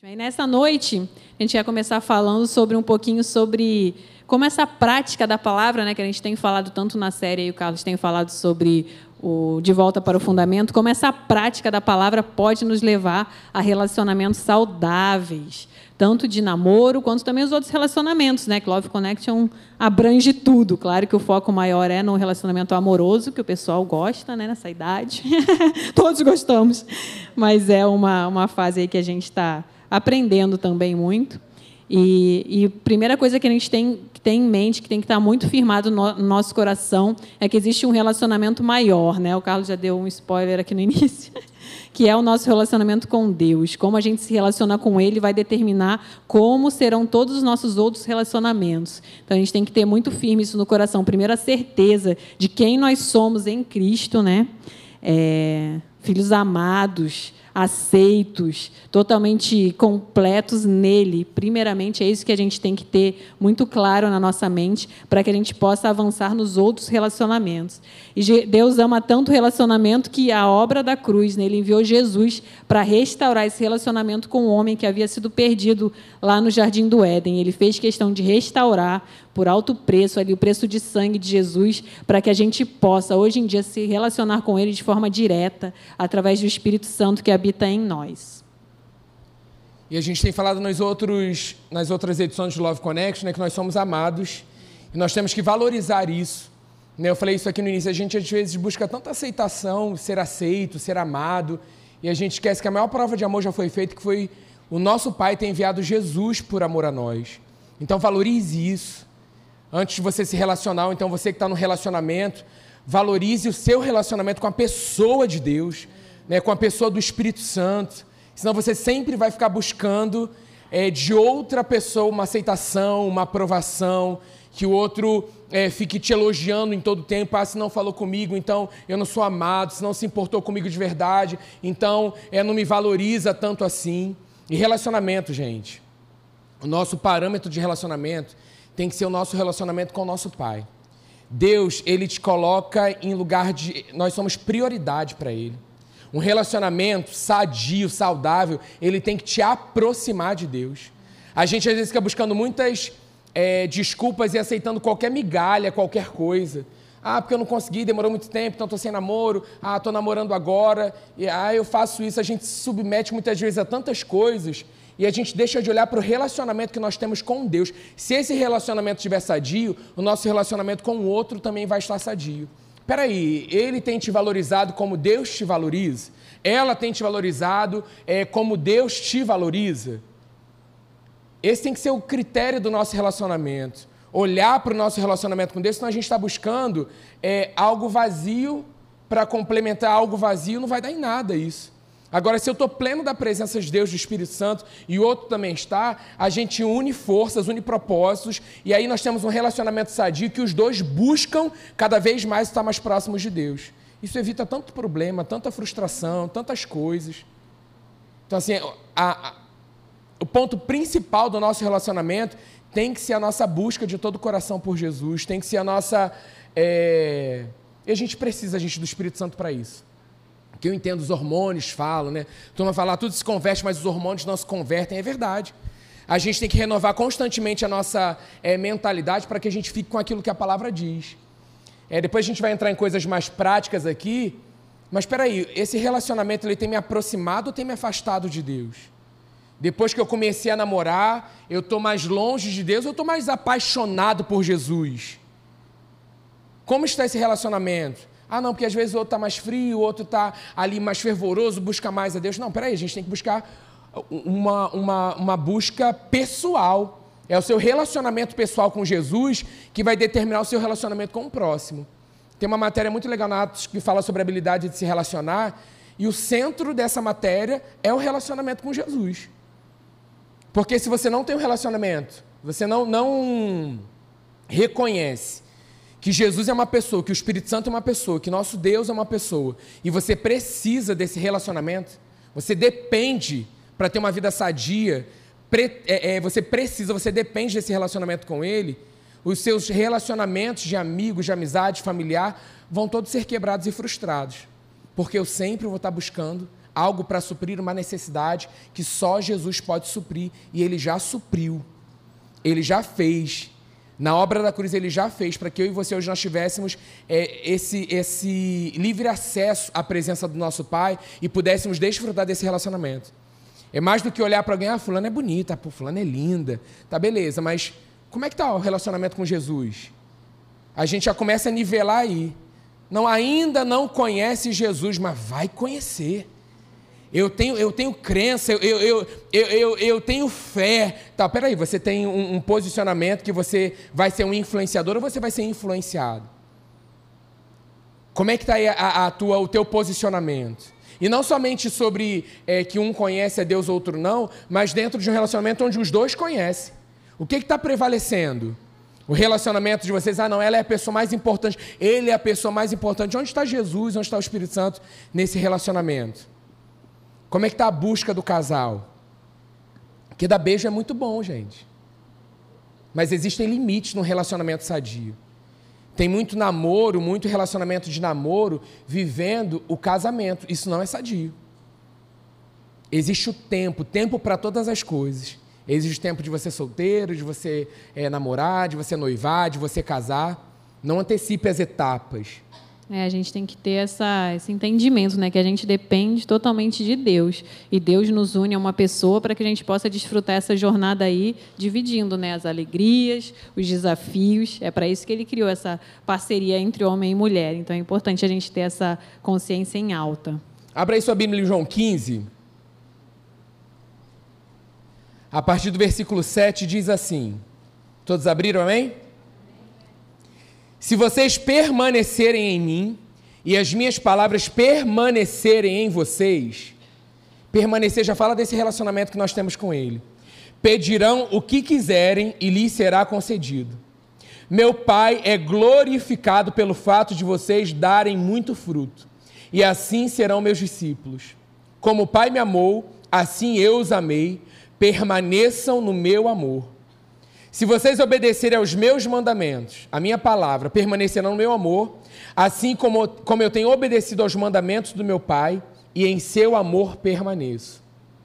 E nessa noite, a gente vai começar falando sobre um pouquinho sobre como essa prática da palavra, né, que a gente tem falado tanto na série, e o Carlos tem falado sobre o De Volta para o Fundamento, como essa prática da palavra pode nos levar a relacionamentos saudáveis, tanto de namoro, quanto também os outros relacionamentos, né? Que Love Connection abrange tudo. Claro que o foco maior é no relacionamento amoroso, que o pessoal gosta, né, nessa idade. Todos gostamos. Mas é uma fase aí que a gente está aprendendo também muito. E a primeira coisa que a gente tem que ter em mente, que tem que estar muito firmado no nosso coração, é que existe um relacionamento maior, né? O Carlos já deu um spoiler aqui no início, que é o nosso relacionamento com Deus. Como a gente se relaciona com Ele vai determinar como serão todos os nossos outros relacionamentos. Então, a gente tem que ter muito firme isso no coração. Primeiro, a certeza de quem nós somos em Cristo, né? Filhos amados, aceitos, totalmente completos nele. Primeiramente, é isso que a gente tem que ter muito claro na nossa mente para que a gente possa avançar nos outros relacionamentos. E Deus ama tanto o relacionamento que a obra da cruz, né, Ele enviou Jesus para restaurar esse relacionamento com o homem que havia sido perdido lá no Jardim do Éden. Ele fez questão de restaurar por alto preço, ali, o preço de sangue de Jesus, para que a gente possa, hoje em dia, se relacionar com Ele de forma direta, através do Espírito Santo que habita em nós. E a gente tem falado nas outras edições do Love Connection, né, que nós somos amados, e nós temos que valorizar isso. Né, eu falei isso aqui no início, a gente às vezes busca tanta aceitação, ser aceito, ser amado, e a gente esquece que a maior prova de amor já foi feita, que foi o nosso Pai ter enviado Jesus por amor a nós. Então valorize isso. Antes de você se relacionar, ou então você que está no relacionamento, valorize o seu relacionamento com a pessoa de Deus, né, com a pessoa do Espírito Santo. Senão você sempre vai ficar buscando de outra pessoa uma aceitação, uma aprovação, que o outro fique te elogiando em todo o tempo. Se não falou comigo, então eu não sou amado. Se não se importou comigo de verdade, então não me valoriza tanto assim. E relacionamento, gente, o nosso parâmetro de relacionamento tem que ser o nosso relacionamento com o nosso Pai. Deus, Ele te coloca em lugar de... Nós somos prioridade para Ele. Um relacionamento sadio, saudável, ele tem que te aproximar de Deus. A gente, às vezes, fica buscando muitas desculpas e aceitando qualquer migalha, qualquer coisa. Porque eu não consegui, demorou muito tempo, então estou sem namoro. Estou namorando agora. Eu faço isso. A gente se submete, muitas vezes, a tantas coisas... E a gente deixa de olhar para o relacionamento que nós temos com Deus. Se esse relacionamento estiver sadio, o nosso relacionamento com o outro também vai estar sadio. Espera aí, ele tem te valorizado como Deus te valoriza? Ela tem te valorizado como Deus te valoriza? Esse tem que ser o critério do nosso relacionamento. Olhar para o nosso relacionamento com Deus, senão a gente está buscando algo vazio para complementar algo vazio, não vai dar em nada isso. Agora, se eu estou pleno da presença de Deus, do Espírito Santo, e o outro também está, a gente une forças, une propósitos, e aí nós temos um relacionamento sadio que os dois buscam cada vez mais estar mais próximos de Deus. Isso evita tanto problema, tanta frustração, tantas coisas. Então, assim, o ponto principal do nosso relacionamento tem que ser a nossa busca de todo o coração por Jesus, tem que ser a nossa... E a gente precisa, do Espírito Santo para isso. Que eu entendo, os hormônios falam, né? Turma fala, tudo se converte, mas os hormônios não se convertem, é verdade. A gente tem que renovar constantemente a nossa mentalidade para que a gente fique com aquilo que a palavra diz. Depois a gente vai entrar em coisas mais práticas aqui, mas espera aí, esse relacionamento ele tem me aproximado ou tem me afastado de Deus? Depois que eu comecei a namorar, eu estou mais longe de Deus ou eu estou mais apaixonado por Jesus? Como está esse relacionamento? Não, porque às vezes o outro está mais frio, o outro está ali mais fervoroso, busca mais a Deus. Não, peraí, a gente tem que buscar uma busca pessoal. É o seu relacionamento pessoal com Jesus que vai determinar o seu relacionamento com o próximo. Tem uma matéria muito legal na Atos que fala sobre a habilidade de se relacionar, e o centro dessa matéria é o relacionamento com Jesus. Porque se você não tem um relacionamento, você não reconhece que Jesus é uma pessoa, que o Espírito Santo é uma pessoa, que nosso Deus é uma pessoa, e você precisa desse relacionamento, você depende, para ter uma vida sadia, você depende desse relacionamento com Ele, os seus relacionamentos de amigos, de amizade, familiar, vão todos ser quebrados e frustrados, porque eu sempre vou estar buscando algo para suprir uma necessidade que só Jesus pode suprir, e Ele já supriu, Ele já fez. Na obra da cruz Ele já fez, para que eu e você hoje nós tivéssemos esse livre acesso à presença do nosso Pai e pudéssemos desfrutar desse relacionamento. É mais do que olhar para alguém, fulana é bonita, fulana é linda, tá beleza, mas como é que está o relacionamento com Jesus? A gente já começa a nivelar aí. Não, ainda não conhece Jesus, mas vai conhecer. Eu tenho crença, eu tenho fé. Tá, peraí, você tem um posicionamento que você vai ser um influenciador ou você vai ser influenciado? Como é que está aí o teu posicionamento? E não somente sobre que um conhece a Deus, outro não, mas dentro de um relacionamento onde os dois conhecem. O que está prevalecendo? O relacionamento de vocês, não, ela é a pessoa mais importante, ele é a pessoa mais importante. Onde está Jesus, onde está o Espírito Santo nesse relacionamento? Como é que está a busca do casal? Porque dar beijo é muito bom, gente. Mas existem limites no relacionamento sadio. Tem muito namoro, muito relacionamento de namoro, vivendo o casamento. Isso não é sadio. Existe o tempo para todas as coisas. Existe o tempo de você solteiro, de você namorar, de você noivar, de você casar. Não antecipe as etapas. A gente tem que ter esse entendimento, né? Que a gente depende totalmente de Deus. E Deus nos une a uma pessoa para que a gente possa desfrutar essa jornada aí, dividindo, né, as alegrias, os desafios. É para isso que Ele criou essa parceria entre homem e mulher. Então é importante a gente ter essa consciência em alta. Abra aí sua Bíblia em João 15. A partir do versículo 7 diz assim. Todos abriram, amém? Se vocês permanecerem em mim e as minhas palavras permanecerem em vocês, permanecer já fala desse relacionamento que nós temos com Ele. Pedirão o que quiserem e lhes será concedido. Meu Pai é glorificado pelo fato de vocês darem muito fruto, e assim serão meus discípulos. Como o Pai me amou, assim eu os amei, permaneçam no meu amor. Se vocês obedecerem aos meus mandamentos, a minha palavra, permanecerão no meu amor, assim como eu tenho obedecido aos mandamentos do meu Pai, e em seu amor permaneço.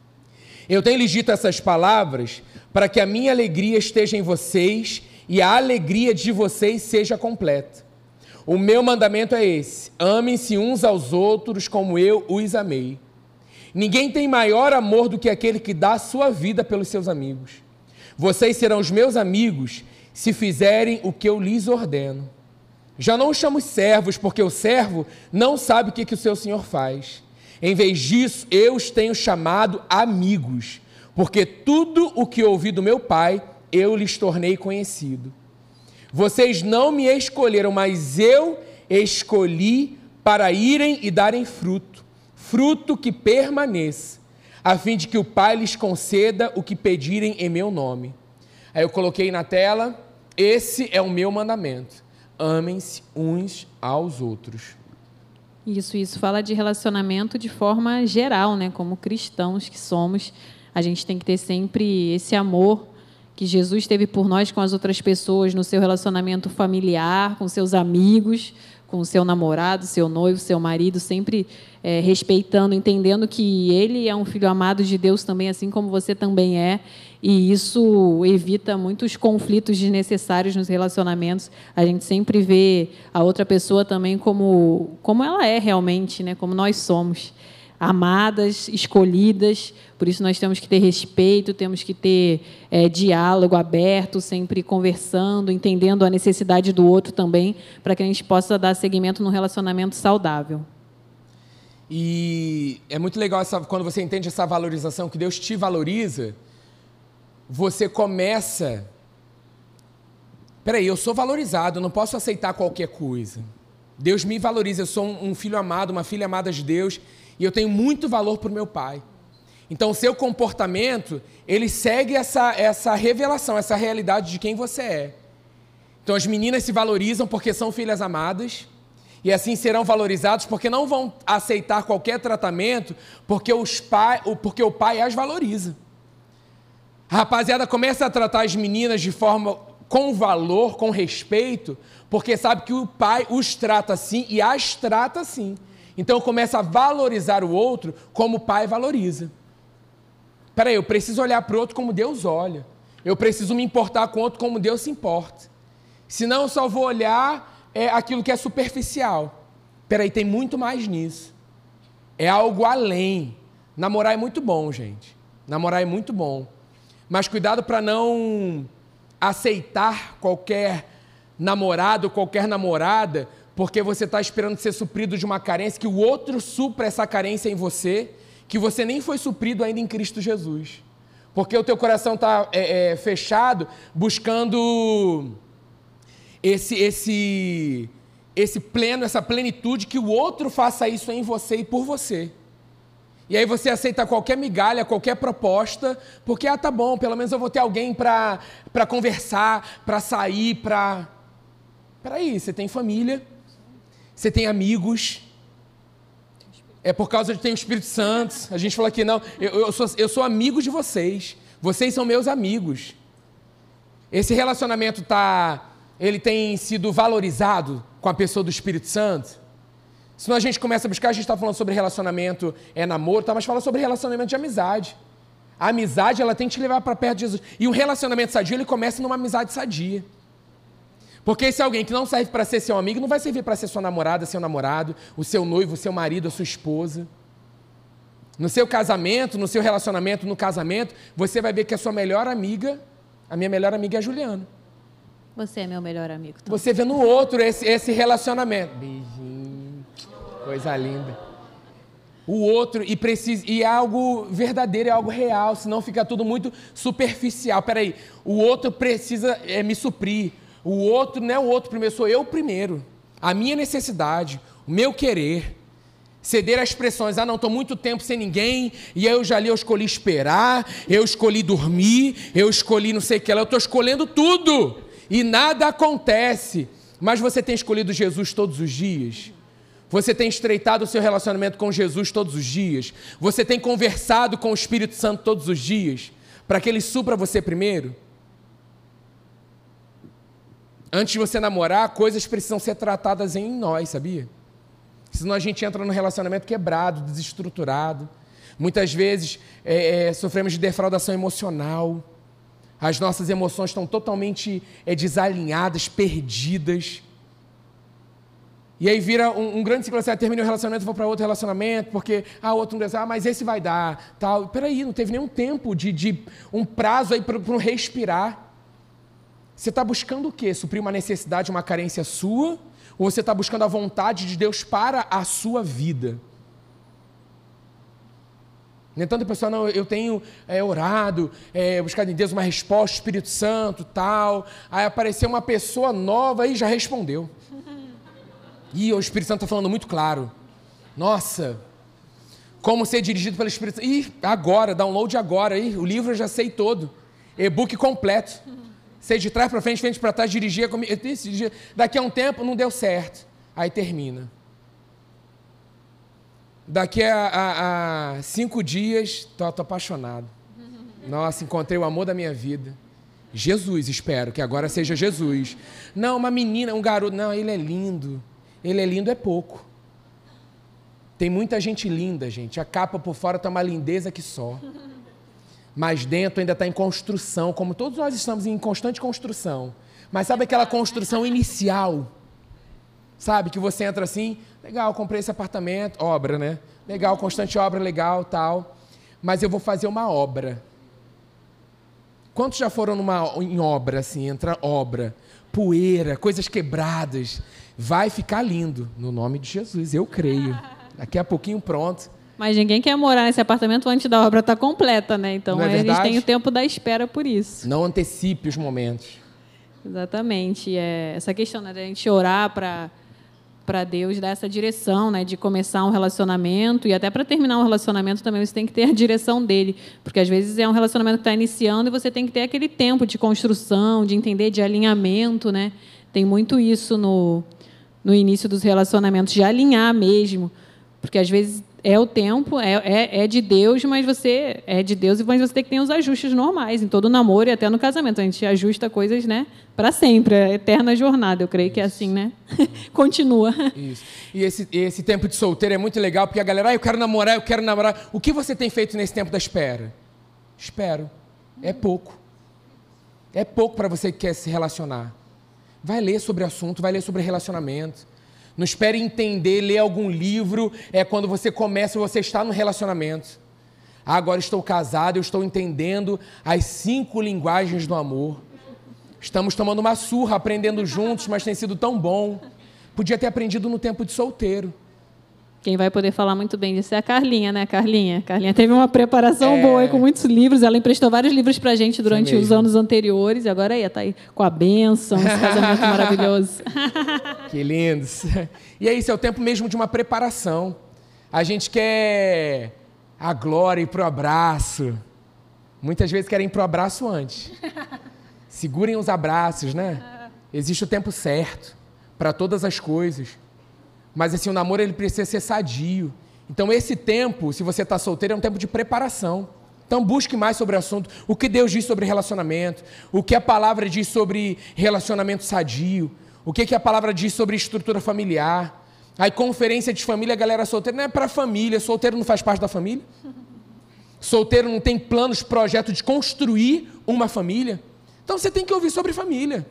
Eu tenho lhes dito essas palavras para que a minha alegria esteja em vocês e a alegria de vocês seja completa. O meu mandamento é esse: amem-se uns aos outros como eu os amei. Ninguém tem maior amor do que aquele que dá a sua vida pelos seus amigos. Vocês serão os meus amigos se fizerem o que eu lhes ordeno. Já não os chamo servos, porque o servo não sabe o que o seu senhor faz. Em vez disso, eu os tenho chamado amigos, porque tudo o que ouvi do meu Pai, eu lhes tornei conhecido. Vocês não me escolheram, mas eu escolhi para irem e darem fruto, fruto que permaneça, a fim de que o Pai lhes conceda o que pedirem em meu nome. Aí eu coloquei na tela, esse é o meu mandamento: amem-se uns aos outros. Isso fala de relacionamento de forma geral, né? Como cristãos que somos, a gente tem que ter sempre esse amor que Jesus teve por nós com as outras pessoas, no seu relacionamento familiar, com seus amigos, com o seu namorado, seu noivo, seu marido, sempre respeitando, entendendo que ele é um filho amado de Deus também, assim como você também é, e isso evita muitos conflitos desnecessários nos relacionamentos. A gente sempre vê a outra pessoa também como ela é realmente, né? Como nós somos, amadas, escolhidas. Por isso nós temos que ter respeito, temos que ter diálogo aberto, sempre conversando, entendendo a necessidade do outro também, para que a gente possa dar seguimento num relacionamento saudável. E é muito legal quando você entende essa valorização, que Deus te valoriza, você começa... Peraí, eu sou valorizado, eu não posso aceitar qualquer coisa. Deus me valoriza, eu sou um filho amado, uma filha amada de Deus, e eu tenho muito valor para o meu Pai. Então, o seu comportamento, ele segue essa revelação, essa realidade de quem você é. Então, as meninas se valorizam porque são filhas amadas, e assim serão valorizados porque não vão aceitar qualquer tratamento, porque o pai as valoriza. A rapaziada começa a tratar as meninas de forma com valor, com respeito, porque sabe que o pai os trata assim e as trata assim. Então eu começo a valorizar o outro como o pai valoriza. Peraí, eu preciso olhar para o outro como Deus olha. Eu preciso me importar com o outro como Deus se importa. Senão eu só vou olhar aquilo que é superficial. Peraí, tem muito mais nisso. É algo além. Namorar é muito bom, gente. Namorar é muito bom. Mas cuidado para não aceitar qualquer namorado, qualquer namorada, porque você está esperando ser suprido de uma carência, que o outro supra essa carência em você, que você nem foi suprido ainda em Cristo Jesus. Porque o teu coração está fechado, buscando essa plenitude, que o outro faça isso em você e por você. E aí você aceita qualquer migalha, qualquer proposta, porque, tá bom, pelo menos eu vou ter alguém para conversar, para sair, para... Peraí, você tem família, você tem amigos, é por causa de ter o Espírito Santo. A gente fala aqui, não, eu sou amigo de vocês são meus amigos. Esse relacionamento ele tem sido valorizado com a pessoa do Espírito Santo? Senão a gente começa a buscar, a gente está falando sobre relacionamento, namoro, mas fala sobre relacionamento de amizade. A amizade, ela tem que te levar para perto de Jesus. E um relacionamento sadio, ele começa numa amizade sadia. Porque esse alguém que não serve para ser seu amigo, não vai servir para ser sua namorada, seu namorado, o seu noivo, o seu marido, a sua esposa. No seu casamento, no seu relacionamento, no casamento, você vai ver que a sua melhor amiga, a minha melhor amiga é a Juliana. Você é meu melhor amigo. Tom. Você vê no outro esse relacionamento. Beijinho, coisa linda. O outro, e é algo verdadeiro, é algo real, senão fica tudo muito superficial. Peraí, o outro precisa me suprir. O outro não é o outro primeiro, sou eu primeiro. A minha necessidade, o meu querer. Ceder às pressões, não, estou muito tempo sem ninguém, e aí eu escolhi esperar, eu escolhi dormir, eu escolhi não sei o que lá, eu estou escolhendo tudo, e nada acontece. Mas você tem escolhido Jesus todos os dias? Você tem estreitado o seu relacionamento com Jesus todos os dias? Você tem conversado com o Espírito Santo todos os dias, para que Ele supra você primeiro? Antes de você namorar, coisas precisam ser tratadas em nós, sabia? Senão a gente entra num relacionamento quebrado, desestruturado. Muitas vezes sofremos de defraudação emocional. As nossas emoções estão totalmente desalinhadas, perdidas. E aí vira um grande ciclo assim, termina o relacionamento, vou para outro relacionamento, porque outro não deu, mas esse vai dar. Tal. Peraí, não teve nenhum tempo de um prazo aí para um respirar. Você está buscando o quê? Suprir uma necessidade, uma carência sua? Ou você está buscando a vontade de Deus para a sua vida? No entanto, pessoal, não, eu tenho orado, buscado em Deus uma resposta, Espírito Santo, tal. Aí apareceu uma pessoa nova e já respondeu. E o Espírito Santo está falando muito claro. Nossa, como ser dirigido pelo Espírito Santo. Ih, agora, download agora. Ih, o livro eu já sei todo. E-book completo. Sei de trás para frente para trás, dirigia comigo. Daqui a um tempo não deu certo. Aí termina. Daqui a 5 dias, tô apaixonado. Nossa, encontrei o amor da minha vida. Jesus, espero que agora seja Jesus. Não, uma menina, um garoto. Não, ele é lindo. Ele é lindo é pouco. Tem muita gente linda, gente. A capa por fora está uma lindeza que só. Mas dentro ainda está em construção, como todos nós estamos em constante construção. Mas sabe aquela construção inicial? Sabe, que você entra assim, legal, comprei esse apartamento, obra, né? Legal, constante obra, legal, tal. Mas eu vou fazer uma obra. Quantos já foram em obra, assim, entra obra, poeira, coisas quebradas? Vai ficar lindo, no nome de Jesus, eu creio. Daqui a pouquinho pronto. Mas ninguém quer morar nesse apartamento antes da obra estar completa, né? Então, a gente tem o tempo da espera por isso. Não antecipe os momentos. Exatamente. Essa questão, né, da gente orar para Deus dar essa direção, né, de começar um relacionamento e até para terminar um relacionamento também você tem que ter a direção dele, porque às vezes é um relacionamento que está iniciando e você tem que ter aquele tempo de construção, de entender, de alinhamento, né? Tem muito isso no início dos relacionamentos, de alinhar mesmo. Porque, às vezes, é o tempo, é de Deus, mas você é de Deus, mas você tem que ter os ajustes normais em todo o namoro e até no casamento. A gente ajusta coisas, né, para sempre, é a eterna jornada. Eu creio que é assim, né? Continua. Isso. E esse tempo de solteiro é muito legal, porque a galera, eu quero namorar, eu quero namorar. O que você tem feito nesse tempo da espera? Espero. É pouco. É pouco para você que quer se relacionar. Vai ler sobre o assunto, vai ler sobre relacionamento. Não espere entender, ler algum livro, quando você começa, você está no relacionamento. Agora estou casado, eu estou entendendo as 5 linguagens do amor. Estamos tomando uma surra, aprendendo juntos, mas tem sido tão bom. Podia ter aprendido no tempo de solteiro. Quem vai poder falar muito bem disso é a Carlinha, né, Carlinha? Carlinha teve uma preparação boa aí, com muitos livros. Ela emprestou vários livros para a gente durante os anos anteriores. E agora está aí com a bênção, esse casamento maravilhoso. Que lindo. E é isso, é o tempo mesmo de uma preparação. A gente quer a glória e pro abraço. Muitas vezes querem ir pro abraço antes. Segurem os abraços, né? Existe o tempo certo para todas as coisas. Mas assim, o namoro ele precisa ser sadio. Então esse tempo, se você está solteiro, é um tempo de preparação. Então busque mais sobre o assunto. O que Deus diz sobre relacionamento. O que a palavra diz sobre relacionamento sadio. O que a palavra diz sobre estrutura familiar. Aí conferência de família, a galera solteira não é para família. Solteiro não faz parte da família. Solteiro não tem planos, projeto de construir uma família. Então você tem que ouvir sobre família.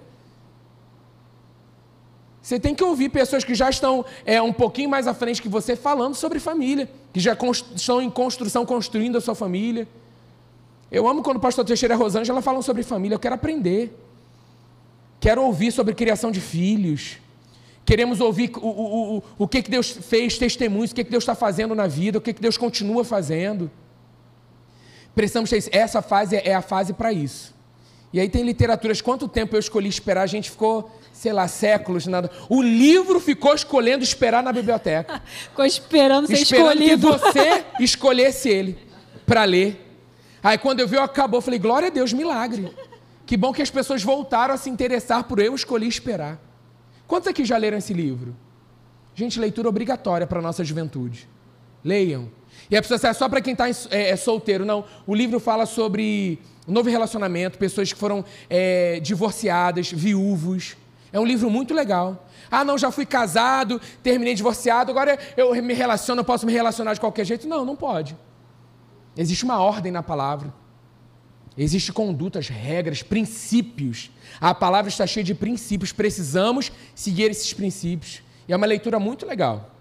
Você tem que ouvir pessoas que já estão um pouquinho mais à frente que você falando sobre família, que já estão em construção, construindo a sua família. Eu amo quando o pastor Teixeira e a Rosângela falam sobre família, eu quero aprender. Quero ouvir sobre criação de filhos. Queremos ouvir o que Deus fez, testemunhos, o que Deus está fazendo na vida, o que Deus continua fazendo. Precisamos ter isso. Essa fase é a fase para isso. E aí tem literaturas, quanto tempo eu escolhi esperar, a gente ficou, sei lá, séculos, nada. O livro ficou escolhendo esperar na biblioteca. Ficou esperando ser escolhido. Que você escolhesse ele para ler. Aí quando eu vi, acabou, eu falei, glória a Deus, milagre. Que bom que as pessoas voltaram a se interessar por eu escolhi esperar. Quantos aqui já leram esse livro? Gente, leitura obrigatória para a nossa juventude. Leiam. E a pessoa é só para quem está solteiro. Não, o livro fala sobre novo relacionamento, pessoas que foram divorciadas, viúvos. É um livro muito legal. Ah, não, já fui casado, terminei divorciado, agora eu me relaciono, eu posso me relacionar de qualquer jeito. Não, não pode. Existe uma ordem na palavra. Existem condutas, regras, princípios. A palavra está cheia de princípios. Precisamos seguir esses princípios. E é uma leitura muito legal.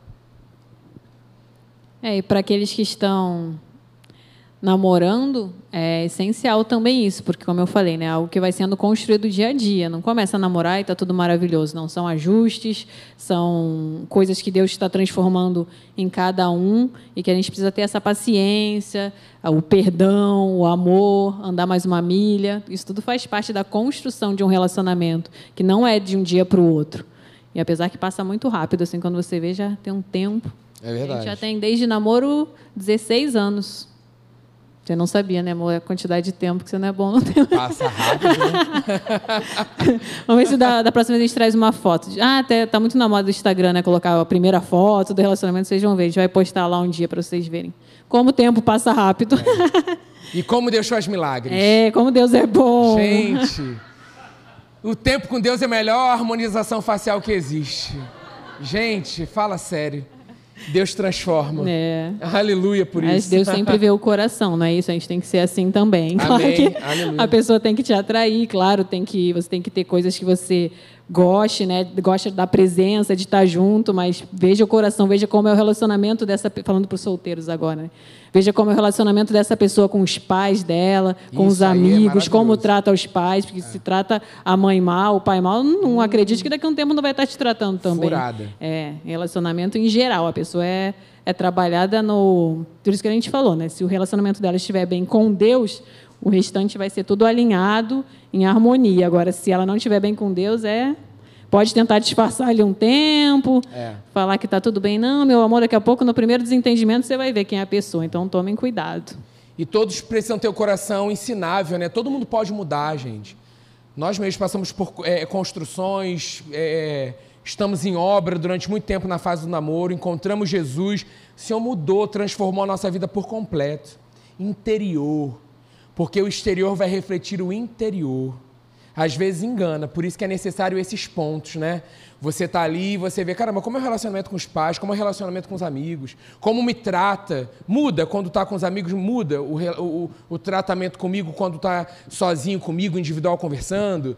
E para aqueles que estão namorando, é essencial também isso, porque, como eu falei, né, algo que vai sendo construído dia a dia. Não começa a namorar e está tudo maravilhoso. Não, são ajustes, são coisas que Deus está transformando em cada um e que a gente precisa ter essa paciência, o perdão, o amor, andar mais uma milha. Isso tudo faz parte da construção de um relacionamento, que não é de um dia para o outro. E apesar que passa muito rápido, assim, quando você vê, já tem um tempo. É verdade. A gente já tem, desde namoro, 16 anos. Você não sabia, né, amor? A quantidade de tempo que você não é bom no tempo. Passa rápido, né? Vamos ver se da próxima vez a gente traz uma foto. Tá muito na moda do Instagram, né? Colocar a primeira foto do relacionamento, vocês vão ver. A gente vai postar lá um dia para vocês verem. Como o tempo passa rápido. E como Deus faz milagres. Como Deus é bom. Gente, o tempo com Deus é a melhor harmonização facial que existe. Gente, fala sério. Deus transforma. Aleluia por isso. Mas Deus sempre vê o coração, não é isso? A gente tem que ser assim também. Amém. Claro que Aleluia. a pessoa tem que te atrair, claro, você tem que ter coisas que você goste, né? Gosta da presença, de estar junto, mas veja o coração, veja como é o relacionamento dessa... Falando para os solteiros agora, né? Veja como é o relacionamento dessa pessoa com os pais dela, com os amigos, como trata os pais, porque se trata a mãe mal, o pai mal, não acredite que daqui a um tempo não vai estar te tratando também. Furada. Relacionamento em geral, a pessoa é trabalhada no... Por isso que a gente falou, né? Se o relacionamento dela estiver bem com Deus, o restante vai ser tudo alinhado, em harmonia. Agora, se ela não estiver bem com Deus, pode tentar disfarçar ali um tempo, falar que está tudo bem. Não, meu amor, daqui a pouco, no primeiro desentendimento, você vai ver quem é a pessoa. Então, tomem cuidado. E todos precisam ter o coração ensinável, né? Todo mundo pode mudar, gente. Nós mesmos passamos por construções, estamos em obra durante muito tempo na fase do namoro, encontramos Jesus, o Senhor mudou, transformou a nossa vida por completo. Interior, porque o exterior vai refletir o interior. Às vezes engana, por isso que é necessário esses pontos, né? Você está ali e você vê, caramba, como é o relacionamento com os pais, como é o relacionamento com os amigos, como me trata, muda quando está com os amigos, muda o tratamento comigo quando está sozinho comigo, individual, conversando.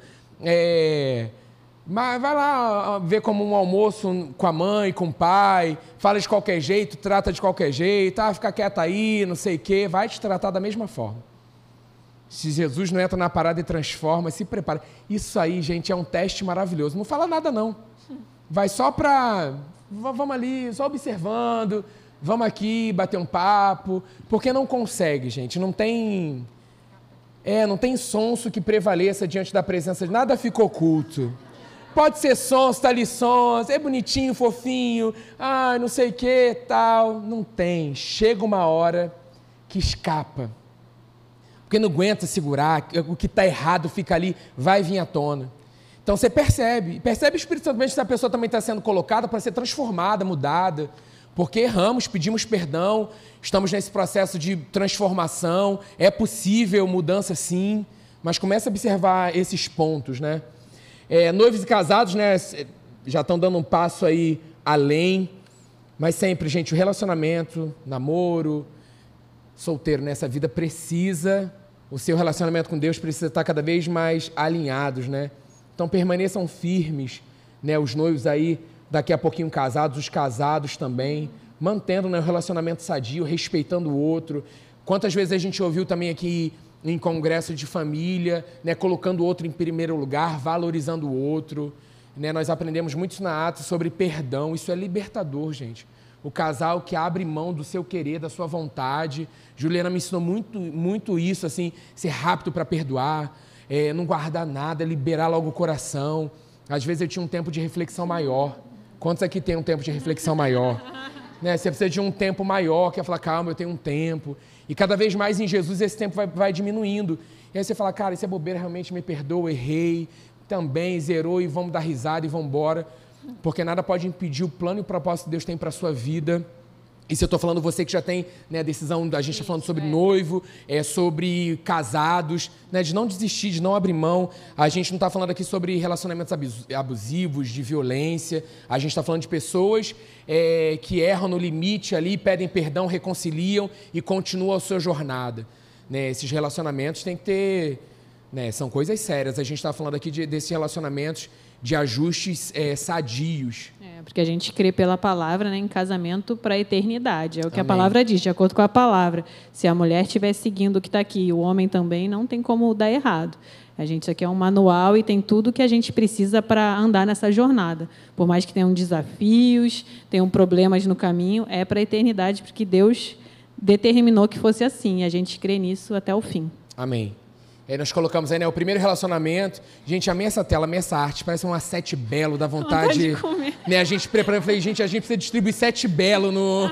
Mas vai lá ver como um almoço com a mãe, com o pai, fala de qualquer jeito, trata de qualquer jeito, fica quieta aí, não sei o quê, vai te tratar da mesma forma. Se Jesus não entra na parada e transforma, se prepara. Isso aí, gente, é um teste maravilhoso. Não fala nada, não. Vai só para... Vamos ali, só observando, vamos aqui bater um papo, porque não consegue, gente. Não tem sonso que prevaleça diante da presença de nada, fica oculto. Pode ser sonso, tá ali sonso, é bonitinho, fofinho, não sei o que, tal. Não tem. Chega uma hora que escapa. Porque não aguenta segurar, o que está errado fica ali, vai vir à tona. Então você percebe espiritualmente se a pessoa também está sendo colocada para ser transformada, mudada, porque erramos, pedimos perdão, estamos nesse processo de transformação, é possível mudança sim, mas começa a observar esses pontos, né? Noivos e casados, né, já estão dando um passo aí além, mas sempre, gente, o relacionamento, namoro, solteiro nessa vida precisa, o seu relacionamento com Deus precisa estar cada vez mais alinhados, né? Então permaneçam firmes, né? Os noivos aí, daqui a pouquinho casados, os casados também, mantendo, né, o relacionamento sadio, respeitando o outro. Quantas vezes a gente ouviu também aqui em congresso de família, né, colocando o outro em primeiro lugar, valorizando o outro, né? Nós aprendemos muito isso na Atos sobre perdão, isso é libertador, gente. O casal que abre mão do seu querer, da sua vontade. Juliana me ensinou muito isso, assim, ser rápido para perdoar, não guardar nada, liberar logo o coração. Às vezes eu tinha um tempo de reflexão maior. Quantos aqui tem um tempo de reflexão maior? Né? Você precisa de um tempo maior, quer falar, calma, eu tenho um tempo. E cada vez mais em Jesus esse tempo vai diminuindo. E aí você fala, cara, isso é bobeira, realmente me perdoa, errei, também zerou e vamos dar risada e vamos embora. Porque nada pode impedir o plano e o propósito que Deus tem para a sua vida. E se eu estou falando você que já tem, né, a decisão, a gente está falando sobre noivo, sobre casados, né, de não desistir, de não abrir mão. A gente não está falando aqui sobre relacionamentos abusivos, de violência. A gente está falando de pessoas que erram no limite ali, pedem perdão, reconciliam e continuam a sua jornada. Né, esses relacionamentos têm que ter... Né, são coisas sérias. A gente está falando aqui desses relacionamentos de ajustes sadios. Porque a gente crê pela palavra, né, em casamento para a eternidade. É o que Amém. A palavra diz, de acordo com a palavra. Se a mulher estiver seguindo o que está aqui, o homem também, não tem como dar errado. Isso aqui é um manual e tem tudo que a gente precisa para andar nessa jornada. Por mais que tenham desafios, tenham problemas no caminho, é para a eternidade, porque Deus determinou que fosse assim. E a gente crê nisso até o fim. Amém. Aí nós colocamos aí, né, o primeiro relacionamento. Gente, amei essa tela, amei essa arte. Parece um sete belo, dá vontade de comer. Né, a gente preparou, eu falei, gente, a gente precisa distribuir sete belo no...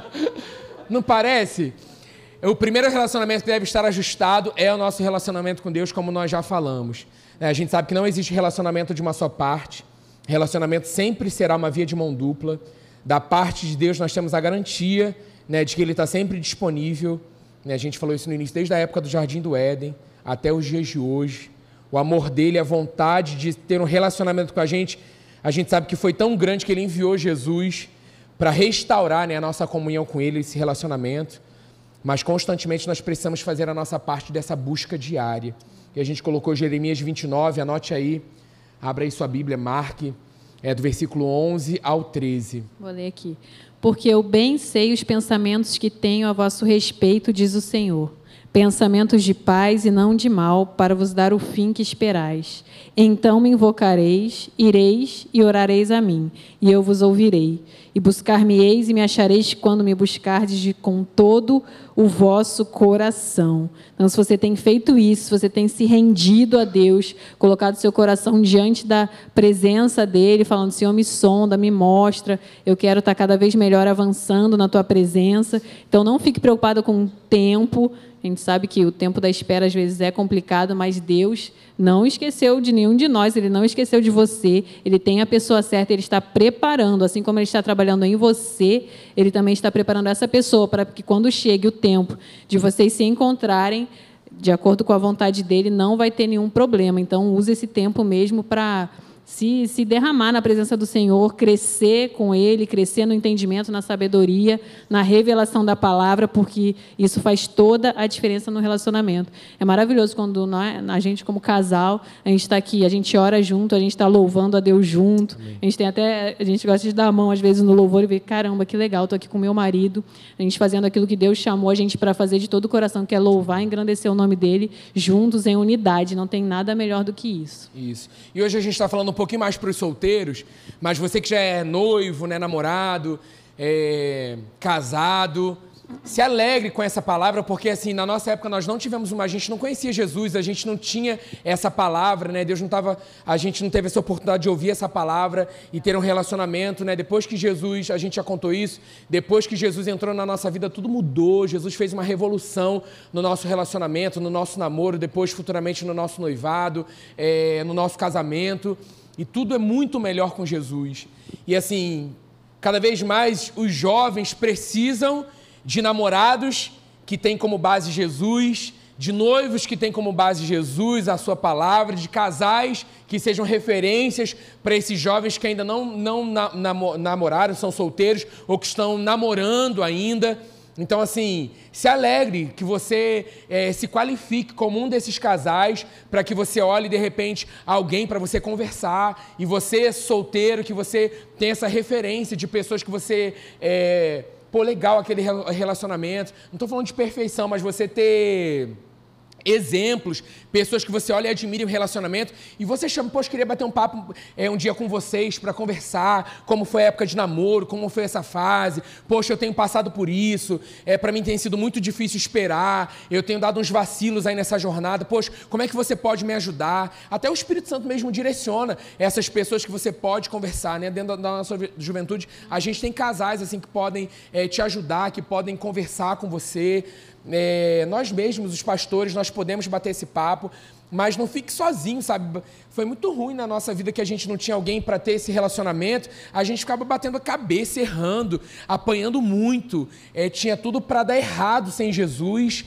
Não parece? O primeiro relacionamento que deve estar ajustado é o nosso relacionamento com Deus, como nós já falamos. A gente sabe que não existe relacionamento de uma só parte. Relacionamento sempre será uma via de mão dupla. Da parte de Deus nós temos a garantia, né, de que Ele está sempre disponível. A gente falou isso no início, desde a época do Jardim do Éden até os dias de hoje. O amor dele, a vontade de ter um relacionamento com a gente sabe que foi tão grande que ele enviou Jesus para restaurar, né, a nossa comunhão com ele, esse relacionamento. Mas constantemente nós precisamos fazer a nossa parte dessa busca diária. E a gente colocou Jeremias 29, anote aí, abra aí sua Bíblia, marque, do versículo 11 ao 13. Vou ler aqui. Porque eu bem sei os pensamentos que tenho a vosso respeito, diz o Senhor. Pensamentos de paz e não de mal, para vos dar o fim que esperais. Então me invocareis, ireis e orareis a mim, e eu vos ouvirei. E buscar-me-eis e me achareis quando me buscardes com todo o vosso coração. Então, se você tem feito isso, se você tem se rendido a Deus, colocado seu coração diante da presença dEle, falando, Senhor, me sonda, me mostra, eu quero estar cada vez melhor avançando na Tua presença. Então, não fique preocupado com o tempo. A gente sabe que o tempo da espera às vezes é complicado, mas Deus não esqueceu de nenhum de nós, Ele não esqueceu de você, Ele tem a pessoa certa, Ele está preparando, assim como Ele está trabalhando em você, Ele também está preparando essa pessoa para que quando chegue o tempo de vocês se encontrarem, de acordo com a vontade dEle, não vai ter nenhum problema. Então, use esse tempo mesmo para se derramar na presença do Senhor, crescer com Ele, crescer no entendimento, na sabedoria, na revelação da palavra, porque isso faz toda a diferença no relacionamento. É maravilhoso quando a gente, como casal, a gente está aqui, a gente ora junto, a gente está louvando a Deus junto. Amém. A gente gosta de dar a mão, às vezes, no louvor e ver, caramba, que legal, estou aqui com meu marido, a gente fazendo aquilo que Deus chamou a gente para fazer de todo o coração, que é louvar, engrandecer o nome dEle, juntos, em unidade. Não tem nada melhor do que isso. Isso. E hoje a gente está falando um pouquinho mais para os solteiros, mas você que já é noivo, né, namorado, casado, se alegre com essa palavra, porque assim, na nossa época nós não tivemos a gente não conhecia Jesus, a gente não tinha essa palavra, né? A gente não teve essa oportunidade de ouvir essa palavra e ter um relacionamento, né? Depois que Jesus, a gente já contou isso, depois que Jesus entrou na nossa vida, tudo mudou, Jesus fez uma revolução no nosso relacionamento, no nosso namoro, depois futuramente no nosso noivado, no nosso casamento. E tudo é muito melhor com Jesus. E assim, cada vez mais os jovens precisam de namorados que têm como base Jesus, de noivos que têm como base Jesus, a sua palavra, de casais que sejam referências para esses jovens que ainda não namoraram, são solteiros ou que estão namorando ainda. Então, assim, se alegre que você se qualifique como um desses casais para que você olhe, de repente, alguém para você conversar. E você, solteiro, que você tenha essa referência de pessoas que você... legal aquele relacionamento. Não estou falando de perfeição, mas você ter... exemplos, pessoas que você olha e admira em relacionamento, e você chama, poxa, queria bater um papo um dia com vocês para conversar, como foi a época de namoro, como foi essa fase, poxa, eu tenho passado por isso, para mim tem sido muito difícil esperar, eu tenho dado uns vacilos aí nessa jornada, poxa, como é que você pode me ajudar? Até o Espírito Santo mesmo direciona essas pessoas que você pode conversar, né? Dentro da nossa juventude, a gente tem casais assim que podem te ajudar, que podem conversar com você. Nós mesmos, os pastores, nós podemos bater esse papo, mas não fique sozinho, sabe? Foi muito ruim na nossa vida que a gente não tinha alguém para ter esse relacionamento, a gente ficava batendo a cabeça, errando, apanhando muito, tinha tudo para dar errado sem Jesus,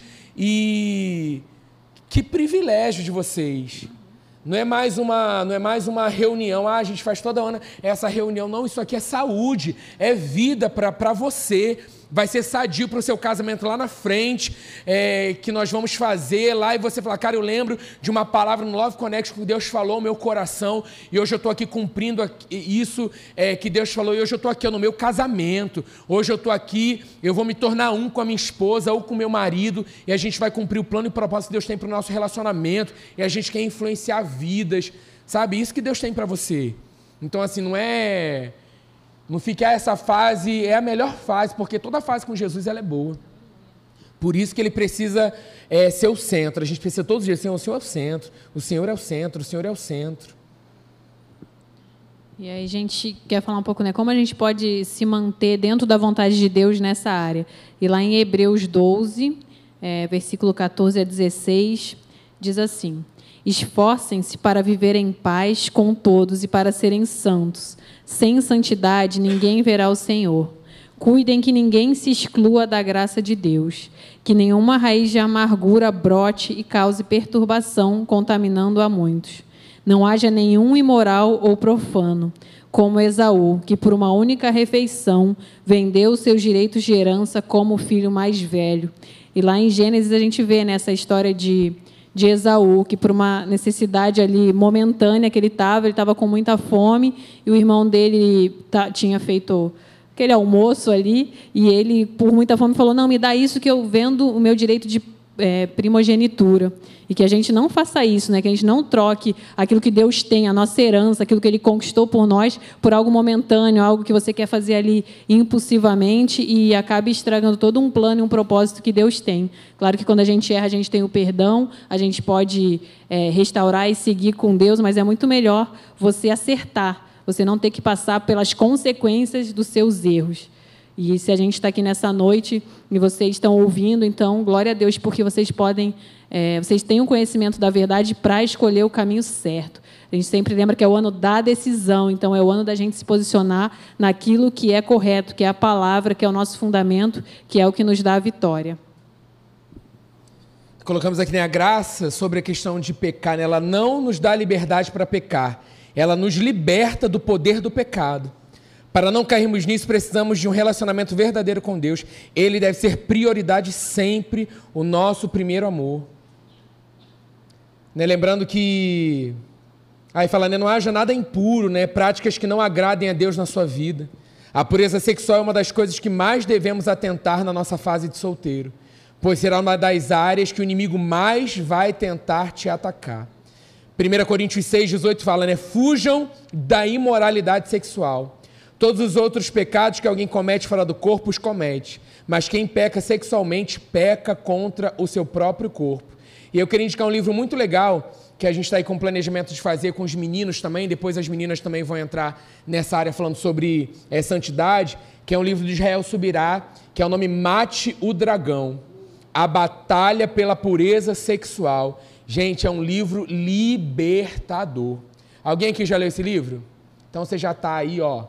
e que privilégio de vocês. Não é mais uma reunião, a gente faz toda ano essa reunião, não, isso aqui é saúde, é vida para você. Vai ser sadio para o seu casamento lá na frente, que nós vamos fazer lá, e você falar, cara, eu lembro de uma palavra no Love Connection que Deus falou no meu coração, e hoje eu estou aqui cumprindo isso que Deus falou, e hoje eu estou aqui no meu casamento, hoje eu estou aqui, eu vou me tornar um com a minha esposa ou com o meu marido, e a gente vai cumprir o plano e propósito que Deus tem para o nosso relacionamento, e a gente quer influenciar vidas, sabe? Isso que Deus tem para você. Então, assim, não fique essa fase, é a melhor fase, porque toda fase com Jesus ela é boa. Por isso que ele precisa ser o centro. A gente precisa todos os dias, Senhor, o Senhor é o centro, o Senhor é o centro, o Senhor é o centro. E aí a gente quer falar um pouco, né? Como a gente pode se manter dentro da vontade de Deus nessa área. E lá em Hebreus 12, versículo 14 a 16, diz assim: esforcem-se para viver em paz com todos e para serem santos. Sem santidade, ninguém verá o Senhor. Cuidem que ninguém se exclua da graça de Deus, que nenhuma raiz de amargura brote e cause perturbação, contaminando a muitos. Não haja nenhum imoral ou profano, como Esaú, que por uma única refeição vendeu seus direitos de herança como o filho mais velho. E lá em Gênesis a gente vê nessa história de Esaú, que por uma necessidade ali momentânea que ele estava com muita fome, e o irmão dele tinha feito aquele almoço ali, e ele, por muita fome, falou, não, me dá isso que eu vendo o meu direito de primogenitura. E que a gente não faça isso, né? Que a gente não troque aquilo que Deus tem, a nossa herança, aquilo que Ele conquistou por nós, por algo momentâneo, algo que você quer fazer ali impulsivamente e acabe estragando todo um plano e um propósito que Deus tem. Claro que quando a gente erra, a gente tem o perdão, a gente pode restaurar e seguir com Deus, mas é muito melhor você acertar, você não ter que passar pelas consequências dos seus erros. E se a gente está aqui nessa noite e vocês estão ouvindo, então, glória a Deus, porque vocês podem, vocês têm um conhecimento da verdade para escolher o caminho certo. A gente sempre lembra que é o ano da decisão, então é o ano da gente se posicionar naquilo que é correto, que é a palavra, que é o nosso fundamento, que é o que nos dá a vitória. Colocamos aqui, né, a graça sobre a questão de pecar, né? Ela não nos dá liberdade para pecar, ela nos liberta do poder do pecado. Para não cairmos nisso, precisamos de um relacionamento verdadeiro com Deus. Ele deve ser prioridade sempre, o nosso primeiro amor. Né? Lembrando que... Aí fala, né, não haja nada impuro, né? Práticas que não agradem a Deus na sua vida. A pureza sexual é uma das coisas que mais devemos atentar na nossa fase de solteiro, pois será uma das áreas que o inimigo mais vai tentar te atacar. 1 Coríntios 6,18 fala, né? Fujam da imoralidade sexual. Todos os outros pecados que alguém comete fora do corpo, os comete. Mas quem peca sexualmente, peca contra o seu próprio corpo. E eu queria indicar um livro muito legal, que a gente está aí com o planejamento de fazer com os meninos também, depois as meninas também vão entrar nessa área falando sobre santidade, que é um livro de Israel Subirá, que é o nome Mate o Dragão, A Batalha pela Pureza Sexual. Gente, é um livro libertador. Alguém aqui já leu esse livro? Então você já está aí, ó.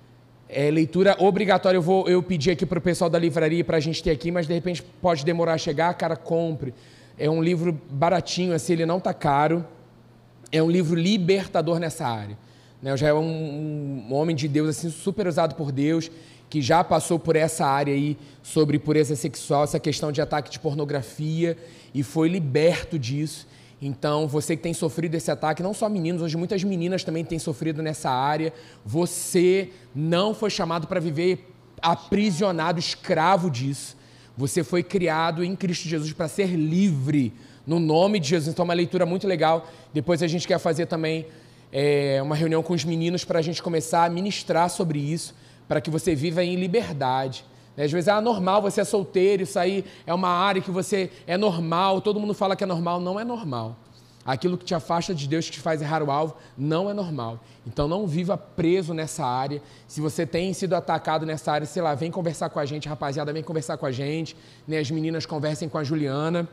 Leitura obrigatória. Eu pedi aqui para o pessoal da livraria para a gente ter aqui, mas de repente pode demorar a chegar, cara, compre. É um livro baratinho, assim, ele não está caro. É um livro libertador nessa área. Né? Já é um homem de Deus, assim, super usado por Deus, que já passou por essa área aí sobre pureza sexual, essa questão de ataque de pornografia, e foi liberto disso. Então, você que tem sofrido esse ataque, não só meninos, hoje muitas meninas também têm sofrido nessa área, você não foi chamado para viver aprisionado, escravo disso. Você foi criado em Cristo Jesus para ser livre, no nome de Jesus. Então, é uma leitura muito legal. Depois a gente quer fazer também uma reunião com os meninos para a gente começar a ministrar sobre isso, para que você viva em liberdade. Às vezes é normal, você é solteiro, isso aí é uma área que você é normal, todo mundo fala que é normal. Não é normal. Aquilo que te afasta de Deus, que te faz errar o alvo, não é normal. Então não viva preso nessa área. Se você tem sido atacado nessa área, sei lá, vem conversar com a gente, rapaziada, vem conversar com a gente. Né? As meninas conversem com a Juliana.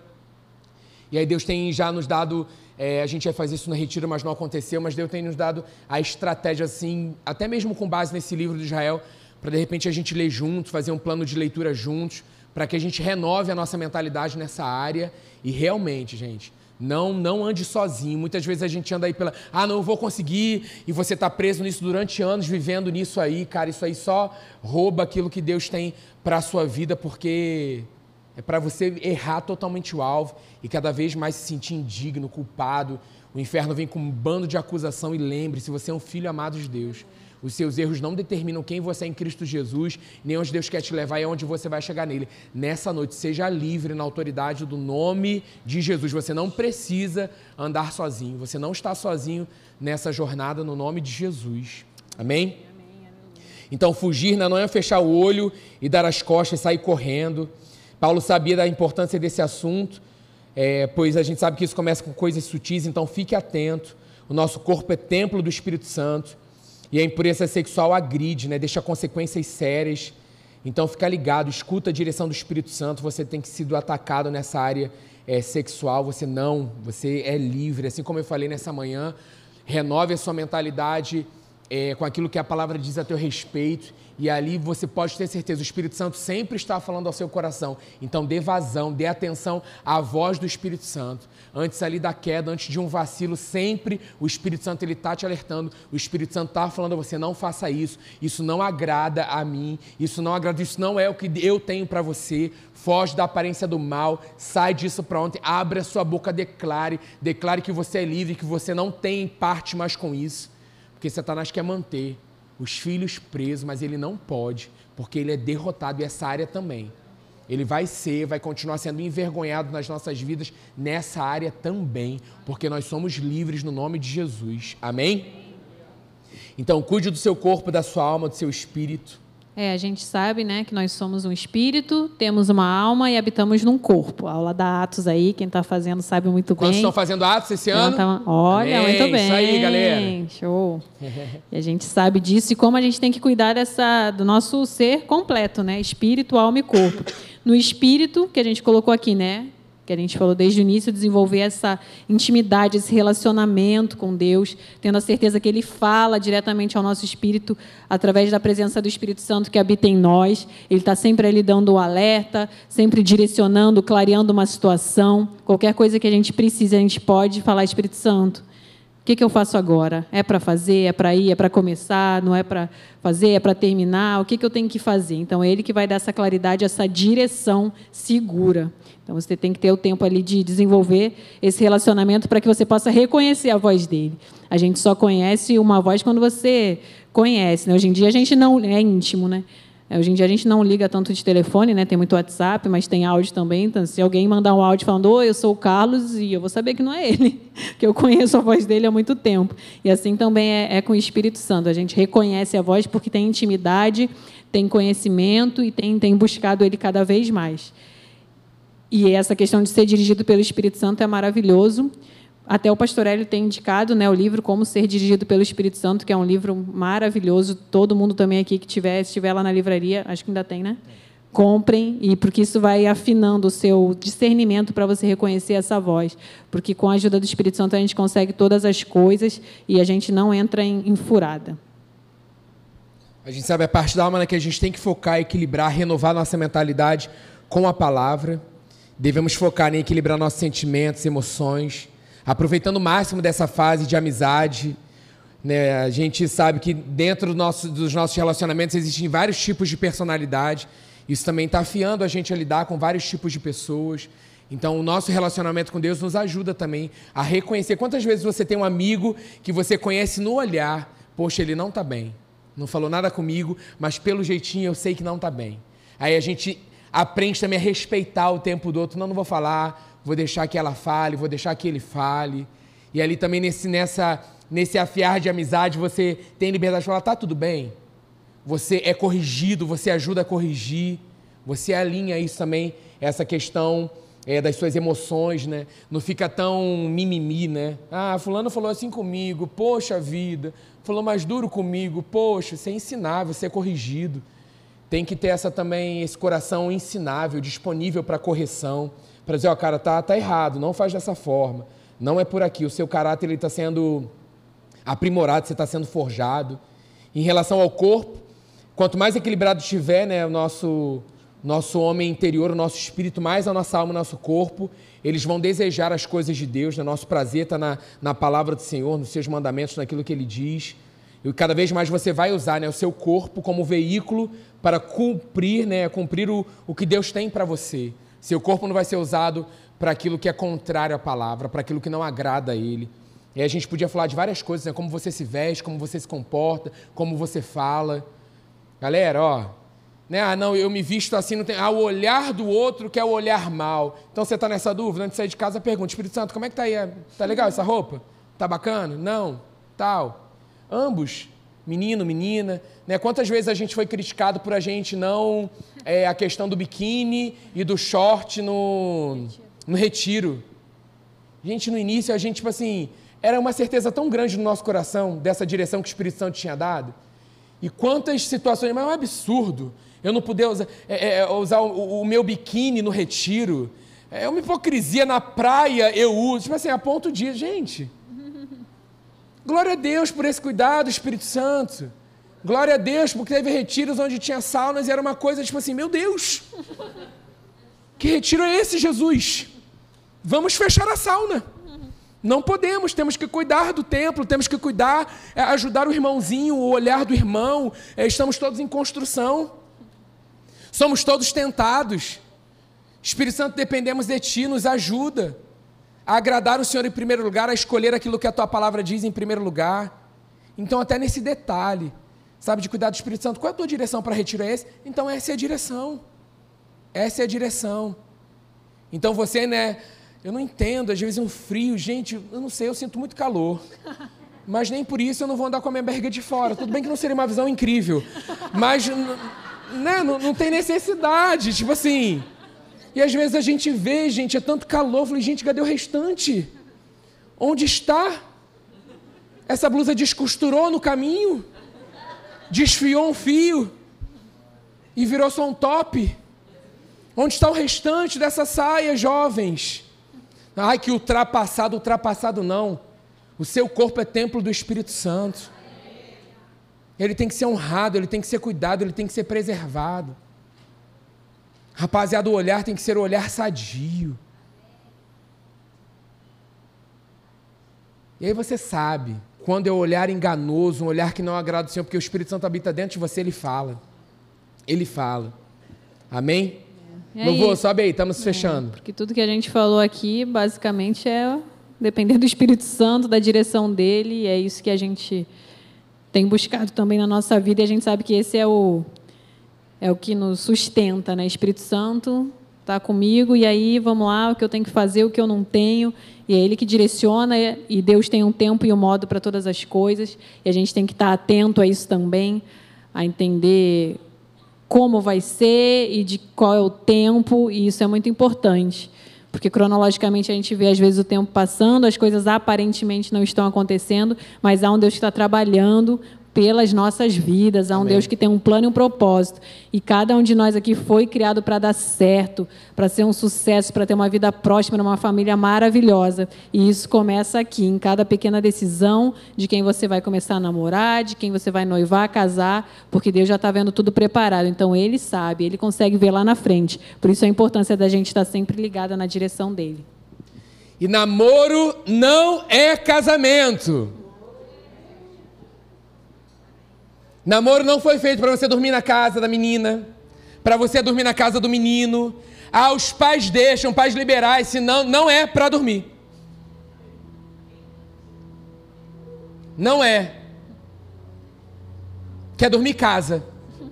E aí Deus tem já nos dado, a gente ia fazer isso no retiro, mas não aconteceu, mas Deus tem nos dado a estratégia, assim, até mesmo com base nesse livro de Israel, para de repente a gente ler juntos, fazer um plano de leitura juntos, para que a gente renove a nossa mentalidade nessa área. E realmente, gente, não ande sozinho. Muitas vezes a gente anda aí não vou conseguir, e você está preso nisso durante anos, vivendo nisso aí, cara, isso aí só rouba aquilo que Deus tem para a sua vida, porque é para você errar totalmente o alvo e cada vez mais se sentir indigno, culpado. O inferno vem com um bando de acusação e lembre-se, você é um filho amado de Deus. Os seus erros não determinam quem você é em Cristo Jesus, nem onde Deus quer te levar e onde você vai chegar nele. Nessa noite, seja livre na autoridade do nome de Jesus. Você não precisa andar sozinho. Você não está sozinho nessa jornada no nome de Jesus. Amém? Então, fugir não é fechar o olho e dar as costas e sair correndo. Paulo sabia da importância desse assunto, pois a gente sabe que isso começa com coisas sutis, então fique atento. O nosso corpo é templo do Espírito Santo. E a impureza sexual agride, né? Deixa consequências sérias. Então, fica ligado, escuta a direção do Espírito Santo. Você tem sido atacado nessa área sexual. Você é livre. Assim como eu falei nessa manhã, renove a sua mentalidade com aquilo que a palavra diz a teu respeito. E ali você pode ter certeza, o Espírito Santo sempre está falando ao seu coração. Então, dê vazão, dê atenção à voz do Espírito Santo. Antes ali da queda, antes de um vacilo, sempre o Espírito Santo está te alertando. O Espírito Santo está falando a você, não faça isso. Isso não agrada a mim. Isso não é o que eu tenho para você. Foge da aparência do mal. Sai disso para ontem. Abre a sua boca, declare. Declare que você é livre, que você não tem parte mais com isso. Porque Satanás quer manter os filhos presos, mas ele não pode, porque ele é derrotado, e essa área também. Ele vai continuar sendo envergonhado nas nossas vidas, nessa área também, porque nós somos livres no nome de Jesus. Amém? Então, cuide do seu corpo, da sua alma, do seu espírito. A gente sabe, né, que nós somos um espírito, temos uma alma e habitamos num corpo. A aula da Atos aí, quem está fazendo sabe muito bem. Quantos estão fazendo Atos esse ano? Olha, Amém. muito bem. Isso aí, galera. Show. E a gente sabe disso e como a gente tem que cuidar do nosso ser completo, né? Espírito, alma e corpo. No espírito, que a gente colocou aqui, né? Que a gente falou desde o início, desenvolver essa intimidade, esse relacionamento com Deus, tendo a certeza que Ele fala diretamente ao nosso espírito através da presença do Espírito Santo que habita em nós. Ele está sempre ali dando o alerta, sempre direcionando, clareando uma situação. Qualquer coisa que a gente precise, a gente pode falar, Espírito Santo, o que eu faço agora? É para fazer? É para ir? É para começar? Não é para fazer? É para terminar? O que eu tenho que fazer? Então, é Ele que vai dar essa claridade, essa direção segura. Então, você tem que ter o tempo ali de desenvolver esse relacionamento para que você possa reconhecer a voz dele. A gente só conhece uma voz quando você conhece, né? Hoje em dia, a gente não... É íntimo, né? Hoje em dia, a gente não liga tanto de telefone, né? Tem muito WhatsApp, mas tem áudio também. Então, se alguém mandar um áudio falando, oi, eu sou o Carlos, e eu vou saber que não é ele, porque eu conheço a voz dele há muito tempo. E assim também é com o Espírito Santo. A gente reconhece a voz porque tem intimidade, tem conhecimento e tem buscado ele cada vez mais. E essa questão de ser dirigido pelo Espírito Santo é maravilhoso. Até o pastor Hélio tem indicado, né, o livro Como Ser Dirigido pelo Espírito Santo, que é um livro maravilhoso. Todo mundo também aqui que estiver lá na livraria, acho que ainda tem, né? Comprem, porque isso vai afinando o seu discernimento para você reconhecer essa voz. Porque com a ajuda do Espírito Santo a gente consegue todas as coisas e a gente não entra em furada. A gente sabe a parte da alma, né, que a gente tem que focar, equilibrar, renovar nossa mentalidade com a palavra. Devemos focar em equilibrar nossos sentimentos, emoções, aproveitando o máximo dessa fase de amizade, né? A gente sabe que dentro dos nossos relacionamentos existem vários tipos de personalidade. Isso também está afiando a gente a lidar com vários tipos de pessoas. Então, o nosso relacionamento com Deus nos ajuda também a reconhecer. Quantas vezes você tem um amigo que você conhece no olhar, poxa, ele não está bem, não falou nada comigo, mas pelo jeitinho eu sei que não está bem. Aí a gente aprende também a respeitar o tempo do outro. Não vou falar, vou deixar que ela fale, vou deixar que ele fale. E ali também nesse afiar de amizade, você tem liberdade de falar, tá tudo bem. Você é corrigido, você ajuda a corrigir. Você alinha isso também, essa questão das suas emoções, né? Não fica tão mimimi, né? Ah, fulano falou assim comigo, poxa vida. Falou mais duro comigo, poxa. Você é ensinável, você é corrigido. Tem que ter esse coração ensinável, disponível para correção, para dizer, ó, cara, tá errado, não faz dessa forma, não é por aqui, o seu caráter está sendo aprimorado, você está sendo forjado. Em relação ao corpo, quanto mais equilibrado estiver, né, o nosso homem interior, o nosso espírito, mais a nossa alma, o nosso corpo, eles vão desejar as coisas de Deus, né? Nosso prazer está na palavra do Senhor, nos seus mandamentos, naquilo que Ele diz. E cada vez mais você vai usar, né, o seu corpo como veículo para cumprir, né, o que Deus tem para você. Seu corpo não vai ser usado para aquilo que é contrário à palavra, para aquilo que não agrada a Ele. E a gente podia falar de várias coisas, né, como você se veste, como você se comporta, como você fala. Galera, ó, né, não, eu me visto assim, não tem, o olhar do outro que é o olhar mal. Então você está nessa dúvida, antes de sair de casa, pergunta, Espírito Santo, como é que está aí? Tá legal essa roupa? Tá bacana? Não? Tal. Ambos, menino, menina, né? Quantas vezes a gente foi criticado por a gente não... a questão do biquíni e do short no retiro. Gente, no início, a gente, tipo assim, era uma certeza tão grande no nosso coração, dessa direção que o Espírito Santo tinha dado. E quantas situações, mas é um absurdo. Eu não poder usar o meu biquíni no retiro. É uma hipocrisia, na praia eu uso. Tipo assim, a ponto de... Gente... Glória a Deus por esse cuidado, Espírito Santo. Glória a Deus porque teve retiros onde tinha saunas e era uma coisa tipo assim, meu Deus, que retiro é esse, Jesus? Vamos fechar a sauna. Não podemos, temos que cuidar do templo, temos que cuidar, ajudar o irmãozinho, o olhar do irmão. Estamos todos em construção. Somos todos tentados. Espírito Santo, dependemos de Ti, nos ajuda a agradar o Senhor em primeiro lugar, a escolher aquilo que a Tua palavra diz em primeiro lugar. Então, até nesse detalhe, sabe, de cuidar do Espírito Santo, qual é a tua direção para retiro é esse? Então, essa é a direção. Essa é a direção. Então, você, né, eu não entendo, às vezes um frio, gente, eu não sei, eu sinto muito calor. Mas nem por isso eu não vou andar com a minha barriga de fora. Tudo bem que não seria uma visão incrível, mas né? Não tem necessidade, tipo assim. E às vezes a gente vê, gente, é tanto calor, eu falei, gente, cadê o restante? Onde está? Essa blusa descosturou no caminho, desfiou um fio e virou só um top. Onde está o restante dessa saia, jovens? Ai, que ultrapassado não. O seu corpo é templo do Espírito Santo. Ele tem que ser honrado, ele tem que ser cuidado, ele tem que ser preservado. Rapaziada, o olhar tem que ser um olhar sadio. E aí você sabe, quando é um olhar enganoso, um olhar que não agrada o Senhor, porque o Espírito Santo habita dentro de você, ele fala. Ele fala. Amém? Louvor, sobe aí, estamos fechando. Porque tudo que a gente falou aqui, basicamente, é depender do Espírito Santo, da direção dele, e é isso que a gente tem buscado também na nossa vida, e a gente sabe que esse é o que nos sustenta, né? Espírito Santo está comigo, e aí, vamos lá, o que eu tenho que fazer, o que eu não tenho, e é Ele que direciona, e Deus tem um tempo e um modo para todas as coisas, e a gente tem que estar atento a isso também, a entender como vai ser e de qual é o tempo, e isso é muito importante, porque cronologicamente a gente vê às vezes o tempo passando, as coisas aparentemente não estão acontecendo, mas há um Deus que está trabalhando pelas nossas vidas, há um Deus que tem um plano e um propósito, e cada um de nós aqui foi criado para dar certo, para ser um sucesso, para ter uma vida próspera, uma família maravilhosa, e isso começa aqui, em cada pequena decisão de quem você vai começar a namorar, de quem você vai noivar, casar, porque Deus já está vendo tudo preparado, então Ele sabe, Ele consegue ver lá na frente, por isso a importância da gente estar sempre ligada na direção dEle. E namoro não é casamento. Namoro não foi feito para você dormir na casa da menina, para você dormir na casa do menino. Ah, os pais deixam, pais liberais, senão não é para dormir. Não é. Quer dormir, casa.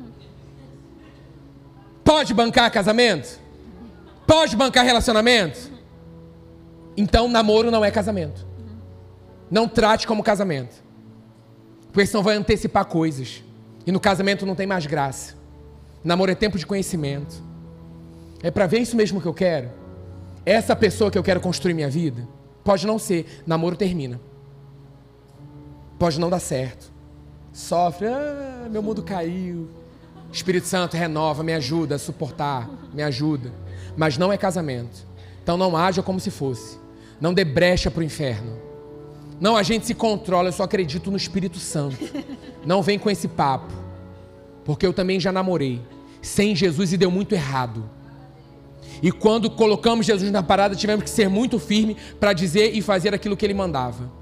Pode bancar casamento? Pode bancar relacionamento? Então namoro não é casamento. Não trate como casamento. Porque senão vai antecipar coisas. E no casamento não tem mais graça. Namoro é tempo de conhecimento. É para ver isso mesmo que eu quero? Essa pessoa que eu quero construir minha vida? Pode não ser. Namoro termina. Pode não dar certo. Sofre. Ah, meu mundo caiu. Espírito Santo renova, me ajuda a suportar. Me ajuda. Mas não é casamento. Então não haja como se fosse. Não dê brecha para o inferno. Não, a gente se controla, eu só acredito no Espírito Santo. Não vem com esse papo. Porque eu também já namorei sem Jesus e deu muito errado. E quando colocamos Jesus na parada, tivemos que ser muito firme para dizer e fazer aquilo que Ele mandava.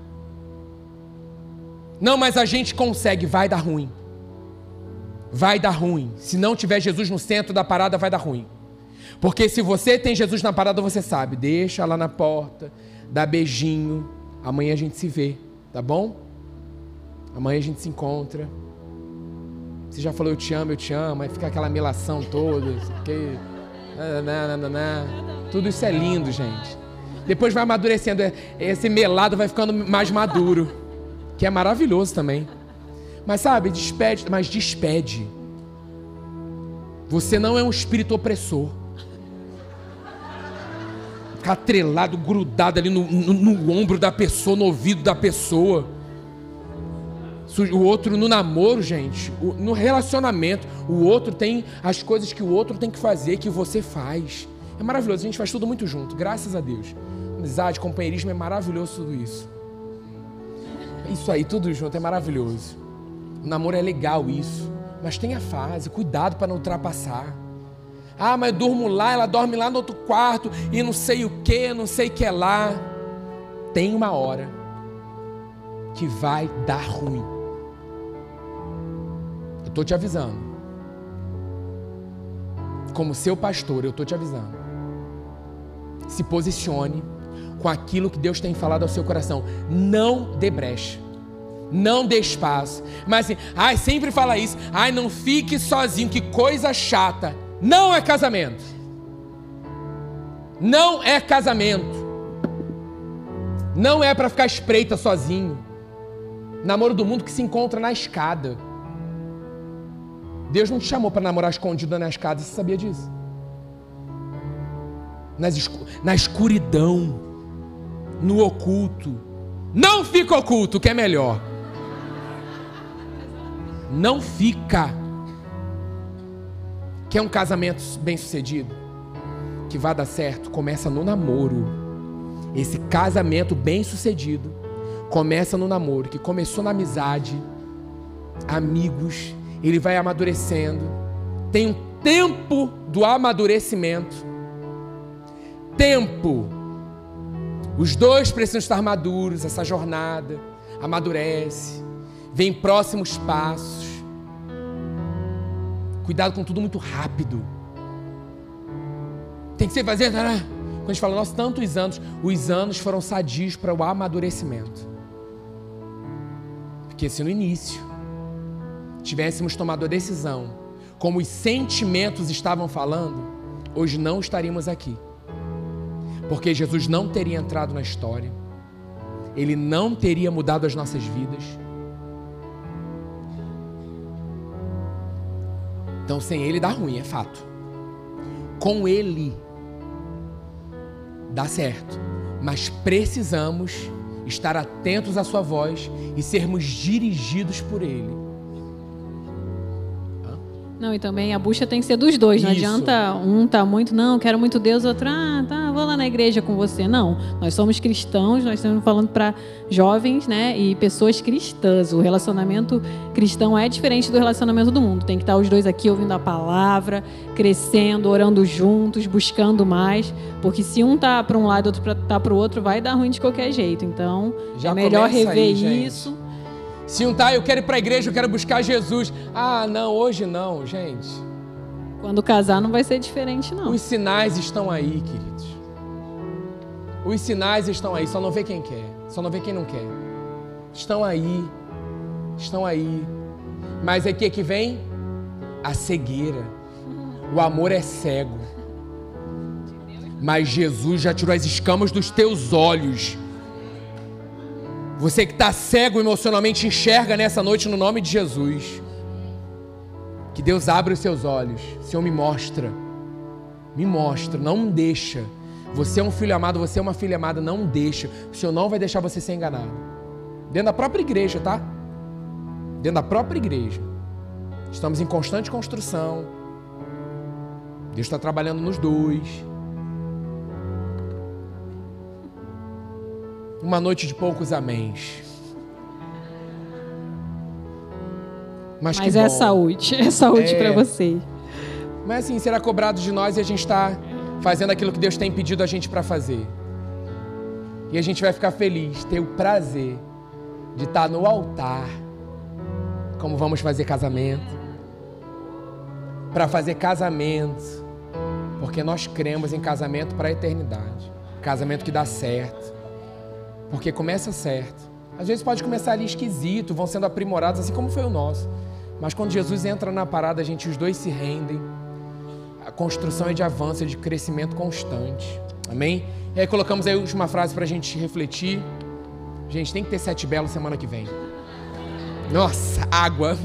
Não, mas a gente consegue, vai dar ruim. Vai dar ruim. Se não tiver Jesus no centro da parada, vai dar ruim. Porque se você tem Jesus na parada, você sabe, deixa lá na porta, dá beijinho. Amanhã a gente se vê, tá bom? Amanhã a gente se encontra. Você já falou eu te amo, aí fica aquela melação toda, porque... Tudo isso é lindo, gente. Depois vai amadurecendo, esse melado vai ficando mais maduro, que é maravilhoso também. Mas sabe, despede. Você não é um espírito opressor. Ficar atrelado, grudado ali no ombro da pessoa, no ouvido da pessoa. O outro no namoro, gente, no relacionamento, o outro tem as coisas que o outro tem que fazer, que você faz. É maravilhoso, a gente faz tudo muito junto, graças a Deus. Amizade, companheirismo, é maravilhoso tudo isso. Isso aí, tudo junto, é maravilhoso. O namoro é legal isso, mas tenha fase, cuidado para não ultrapassar. Ah, mas eu durmo lá, ela dorme lá no outro quarto, e não sei o que, não sei o que é lá. Tem uma hora que vai dar ruim. Eu estou te avisando. Como seu pastor, eu estou te avisando. Se posicione com aquilo que Deus tem falado ao seu coração. Não dê brecha. Não dê espaço. Mas assim, sempre fala isso. Não fique sozinho, que coisa chata. Não é casamento. Não é casamento. Não é para ficar espreita sozinho. Namoro do mundo que se encontra na escada. Deus não te chamou para namorar escondido na escada, você sabia disso? Na escuridão, no oculto. Não fica oculto, que é melhor. Não fica. Quer um casamento bem sucedido? Que vai dar certo? Começa no namoro. Esse casamento bem sucedido começa no namoro, que começou na amizade, amigos, ele vai amadurecendo. Tem um tempo do amadurecimento. Tempo. Os dois precisam estar maduros, essa jornada amadurece, vem próximos passos. Cuidado com tudo muito rápido. Tem que ser fazer. Quando a gente fala, nossa, tantos anos, os anos foram sadios para o amadurecimento. Porque se no início tivéssemos tomado a decisão, como os sentimentos estavam falando, hoje não estaríamos aqui. Porque Jesus não teria entrado na história, Ele não teria mudado as nossas vidas. Então sem Ele dá ruim, é fato. Com Ele dá certo, mas precisamos estar atentos à sua voz e sermos dirigidos por Ele. Não, e também a bucha tem que ser dos dois. Não Isso. adianta um tá muito, não, quero muito Deus, outro, tá, vou lá na igreja com você. Não, nós somos cristãos, nós estamos falando para jovens, né, e pessoas cristãs. O relacionamento cristão é diferente do relacionamento do mundo. Tem que estar os dois aqui ouvindo a palavra, crescendo, orando juntos, buscando mais. Porque se um tá para um lado e outro tá para o outro, vai dar ruim de qualquer jeito. Então, Já é melhor começa rever aí, isso. Se um tá, eu quero ir para a igreja, eu quero buscar Jesus. Ah, não, hoje não, gente. Quando casar não vai ser diferente, não. Os sinais estão aí, queridos. Os sinais estão aí, só não vê quem quer, só não vê quem não quer. Estão aí, estão aí. Mas aqui é que vem a cegueira. O amor é cego. Mas Jesus já tirou as escamas dos teus olhos. Você que está cego emocionalmente, enxerga nessa noite no nome de Jesus. Que Deus abra os seus olhos. Senhor, me mostra, não deixa. Você é um filho amado, você é uma filha amada, não deixa. O Senhor não vai deixar você ser enganado. Dentro da própria igreja, tá? Dentro da própria igreja. Estamos em constante construção. Deus está trabalhando nos dois. Uma noite de poucos améns. Mas é saúde para vocês. Mas assim, será cobrado de nós e a gente está fazendo aquilo que Deus tem pedido a gente para fazer. E a gente vai ficar feliz, ter o prazer de estar no altar, como vamos fazer casamento. Para fazer casamento, porque nós cremos em casamento para a eternidade. Casamento que dá certo. Porque começa certo. Às vezes pode começar ali esquisito, vão sendo aprimorados, assim como foi o nosso. Mas quando Jesus entra na parada, os dois se rendem. A construção é de avanço, é de crescimento constante. Amém? E aí colocamos aí a última frase para a gente refletir. Gente, tem que ter 7 belos semana que vem. Nossa, água.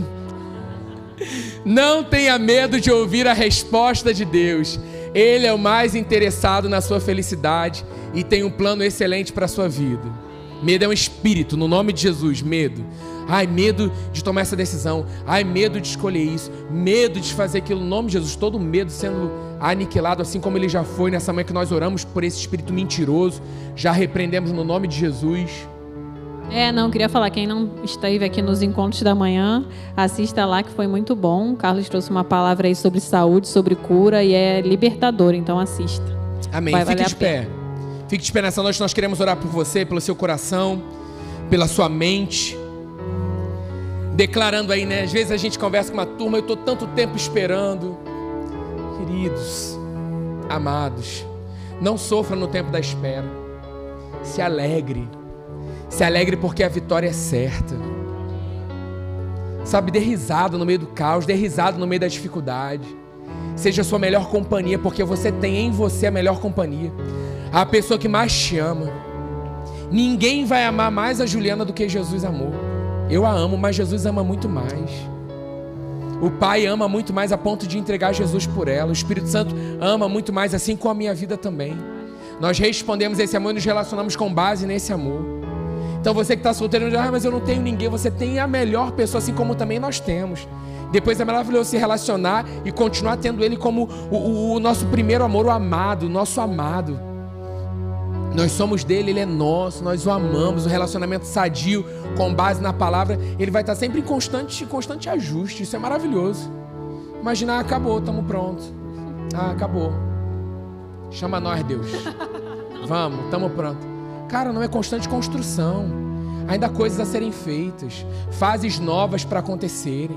Não tenha medo de ouvir a resposta de Deus. Ele é o mais interessado na sua felicidade e tem um plano excelente para a sua vida. Medo é um espírito, no nome de Jesus, medo. Ai, medo de tomar essa decisão. Ai, medo de escolher isso. Medo de fazer aquilo, no nome de Jesus. Todo medo sendo aniquilado, assim como ele já foi nessa manhã que nós oramos por esse espírito mentiroso. Já repreendemos no nome de Jesus. Queria falar, quem não esteve aqui nos encontros da manhã, assista lá que foi muito bom. O Carlos trouxe uma palavra aí sobre saúde, sobre cura e é libertador, então assista. Amém. Fique de pé. Fique de pé nessa noite, nós queremos orar por você, pelo seu coração, pela sua mente. Declarando aí, né? Às vezes a gente conversa com uma turma, eu estou tanto tempo esperando. Queridos, amados, não sofra no tempo da espera. Se alegre. Se alegre porque a vitória é certa. Sabe, dê risada no meio do caos, dê risada no meio da dificuldade. Seja a sua melhor companhia, porque você tem em você a melhor companhia. A pessoa que mais te ama. Ninguém vai amar mais a Juliana do que Jesus amou. Eu a amo, mas Jesus ama muito mais. O Pai ama muito mais a ponto de entregar Jesus por ela. O Espírito Santo ama muito mais, assim como a minha vida também. Nós respondemos esse amor e nos relacionamos com base nesse amor. Então você que está solteiro, mas eu não tenho ninguém. Você tem a melhor pessoa, assim como também nós temos. Depois é maravilhoso se relacionar e continuar tendo Ele como o nosso primeiro amor, o amado, o nosso amado. Nós somos dele, Ele é nosso, nós o amamos. O relacionamento sadio, com base na palavra, ele vai estar sempre em constante ajuste. Isso é maravilhoso. Imagina, acabou, estamos prontos. Acabou. Chama nós, Deus. Vamos, estamos prontos. Cara, não é constante construção. Ainda há coisas a serem feitas, fases novas para acontecerem,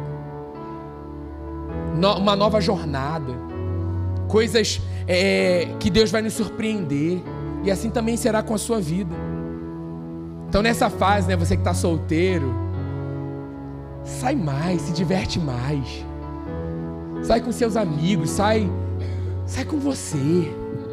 uma nova jornada, coisas que Deus vai nos surpreender. E assim também será com a sua vida. Então nessa fase, você que está solteiro, sai mais, se diverte mais. Sai com seus amigos, sai com você.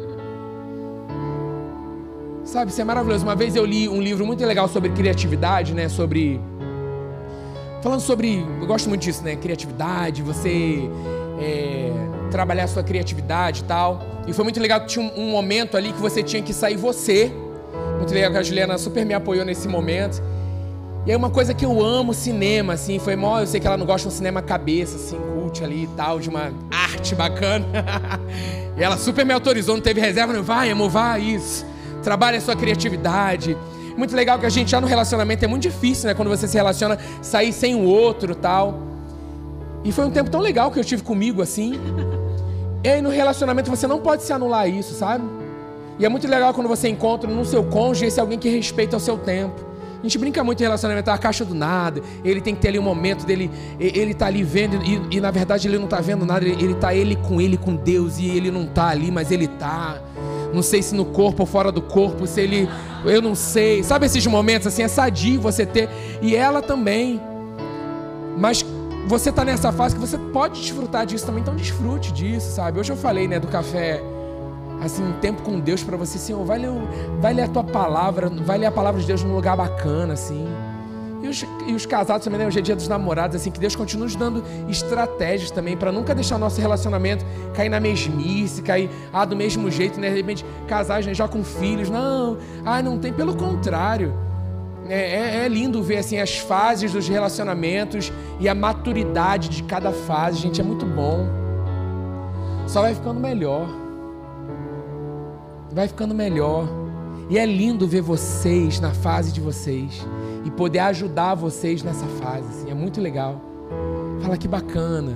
Sabe, isso é maravilhoso. Uma vez eu li um livro muito legal sobre criatividade, falando sobre, eu gosto muito disso, criatividade, você trabalhar a sua criatividade e tal. E foi muito legal que tinha um momento ali que você tinha que sair você. Muito legal que a Juliana super me apoiou nesse momento. E aí uma coisa que eu amo, cinema, assim, foi mó, eu sei que ela não gosta de um cinema cabeça, assim, cult ali e tal, de uma arte bacana. E ela super me autorizou, não teve reserva, não, vai amor, vai, isso. Trabalha a sua criatividade. Muito legal que a gente já no relacionamento é muito difícil, quando você se relaciona, sair sem o outro e tal. E foi um tempo tão legal que eu tive comigo, assim. E aí no relacionamento você não pode se anular isso, sabe? E é muito legal quando você encontra no seu cônjuge esse alguém que respeita o seu tempo. A gente brinca muito em relacionamento, a caixa do nada. Ele tem que ter ali um momento dele, ele tá ali vendo e na verdade ele não tá vendo nada. Ele tá ele com Deus e ele não tá ali, mas ele tá. Não sei se no corpo ou fora do corpo, se ele... Eu não sei. Sabe esses momentos assim, é sadio você ter. E ela também. Mas você tá nessa fase que você pode desfrutar disso também, então desfrute disso, sabe? Hoje eu falei, do café, assim, um tempo com Deus pra você, Senhor, vai ler a tua palavra, vai ler a palavra de Deus num lugar bacana, assim. E os casados também, hoje é dia dos namorados, assim, que Deus continue nos dando estratégias também, pra nunca deixar nosso relacionamento cair na mesmice, cair, do mesmo jeito, de repente, casais, já com filhos, não tem, pelo contrário. É lindo ver assim as fases dos relacionamentos e a maturidade de cada fase, gente, é muito bom. Só vai ficando melhor. Vai ficando melhor. E é lindo ver vocês na fase de vocês e poder ajudar vocês nessa fase, assim, é muito legal. Fala que bacana.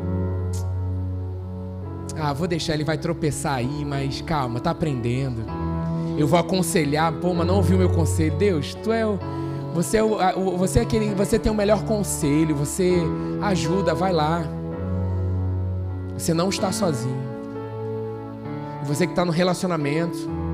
Vou deixar, ele vai tropeçar aí, mas calma, tá aprendendo. Eu vou aconselhar, mas não ouviu o meu conselho. Deus, você tem o melhor conselho, você ajuda, vai lá. Você não está sozinho. Você que está no relacionamento,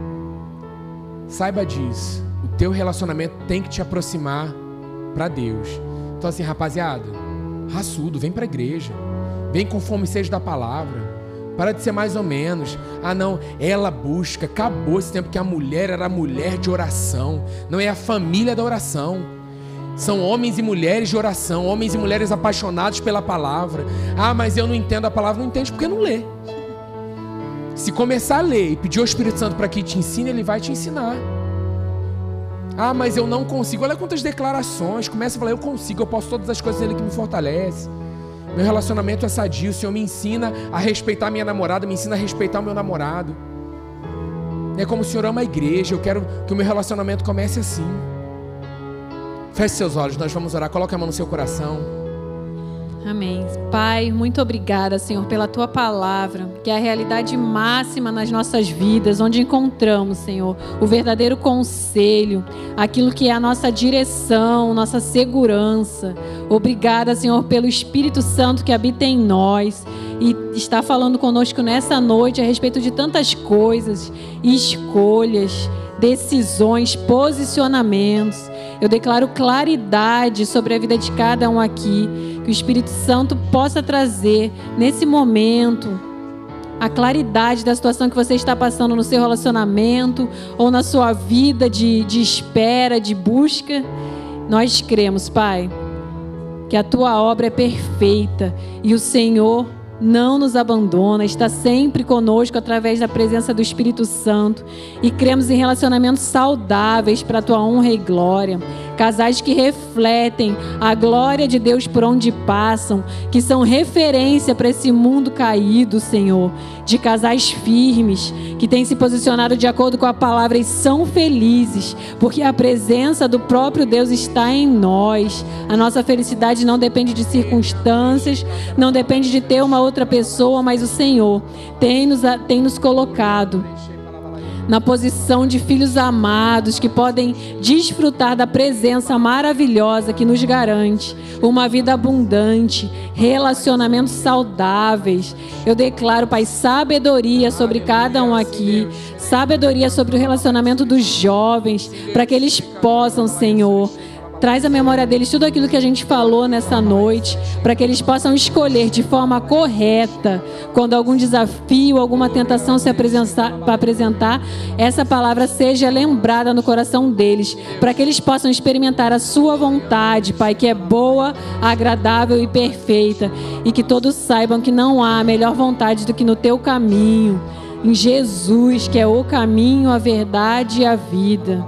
saiba disso. O teu relacionamento tem que te aproximar para Deus. Então assim, rapaziada, raçudo, vem para a igreja. Vem com fome e sede da palavra. Para de ser mais ou menos. Não, ela busca. Acabou esse tempo que a mulher era a mulher de oração. Não é a família da oração. São homens e mulheres de oração. Homens e mulheres apaixonados pela palavra. Mas eu não entendo a palavra. Não entende porque não lê. Se começar a ler e pedir ao Espírito Santo para que te ensine, ele vai te ensinar. Mas eu não consigo. Olha quantas declarações. Começa a falar, eu consigo, eu posso todas as coisas nele que me fortalece. Meu relacionamento é sadio, o Senhor me ensina a respeitar minha namorada, me ensina a respeitar o meu namorado. É como o Senhor ama a igreja, eu quero que o meu relacionamento comece assim. Feche seus olhos, nós vamos orar, coloque a mão no seu coração. Amém. Pai, muito obrigada, Senhor, pela Tua palavra, que é a realidade máxima nas nossas vidas, onde encontramos, Senhor, o verdadeiro conselho, aquilo que é a nossa direção, nossa segurança. Obrigada, Senhor, pelo Espírito Santo que habita em nós e está falando conosco nessa noite a respeito de tantas coisas, escolhas, decisões, posicionamentos. Eu declaro claridade sobre a vida de cada um aqui, que o Espírito Santo possa trazer nesse momento a claridade da situação que você está passando no seu relacionamento ou na sua vida de espera, de busca. Nós cremos, Pai. que a tua obra é perfeita e o Senhor não nos abandona, está sempre conosco através da presença do Espírito Santo, e cremos em relacionamentos saudáveis para a tua honra e glória, casais que refletem a glória de Deus por onde passam, que são referência para esse mundo caído, Senhor, de casais firmes, que têm se posicionado de acordo com a palavra e são felizes, porque a presença do próprio Deus está em nós. A nossa felicidade não depende de circunstâncias, não depende de ter uma outra pessoa, mas o Senhor tem nos colocado na posição de filhos amados que podem desfrutar da presença maravilhosa que nos garante uma vida abundante, relacionamentos saudáveis. Eu declaro, Pai, sabedoria sobre cada um aqui, sabedoria sobre o relacionamento dos jovens, para que eles possam, Senhor, traz à memória deles tudo aquilo que a gente falou nessa noite, para que eles possam escolher de forma correta, quando algum desafio, alguma tentação se apresentar, essa palavra seja lembrada no coração deles, para que eles possam experimentar a sua vontade, Pai, que é boa, agradável e perfeita, e que todos saibam que não há melhor vontade do que no teu caminho, em Jesus, que é o caminho, a verdade e a vida.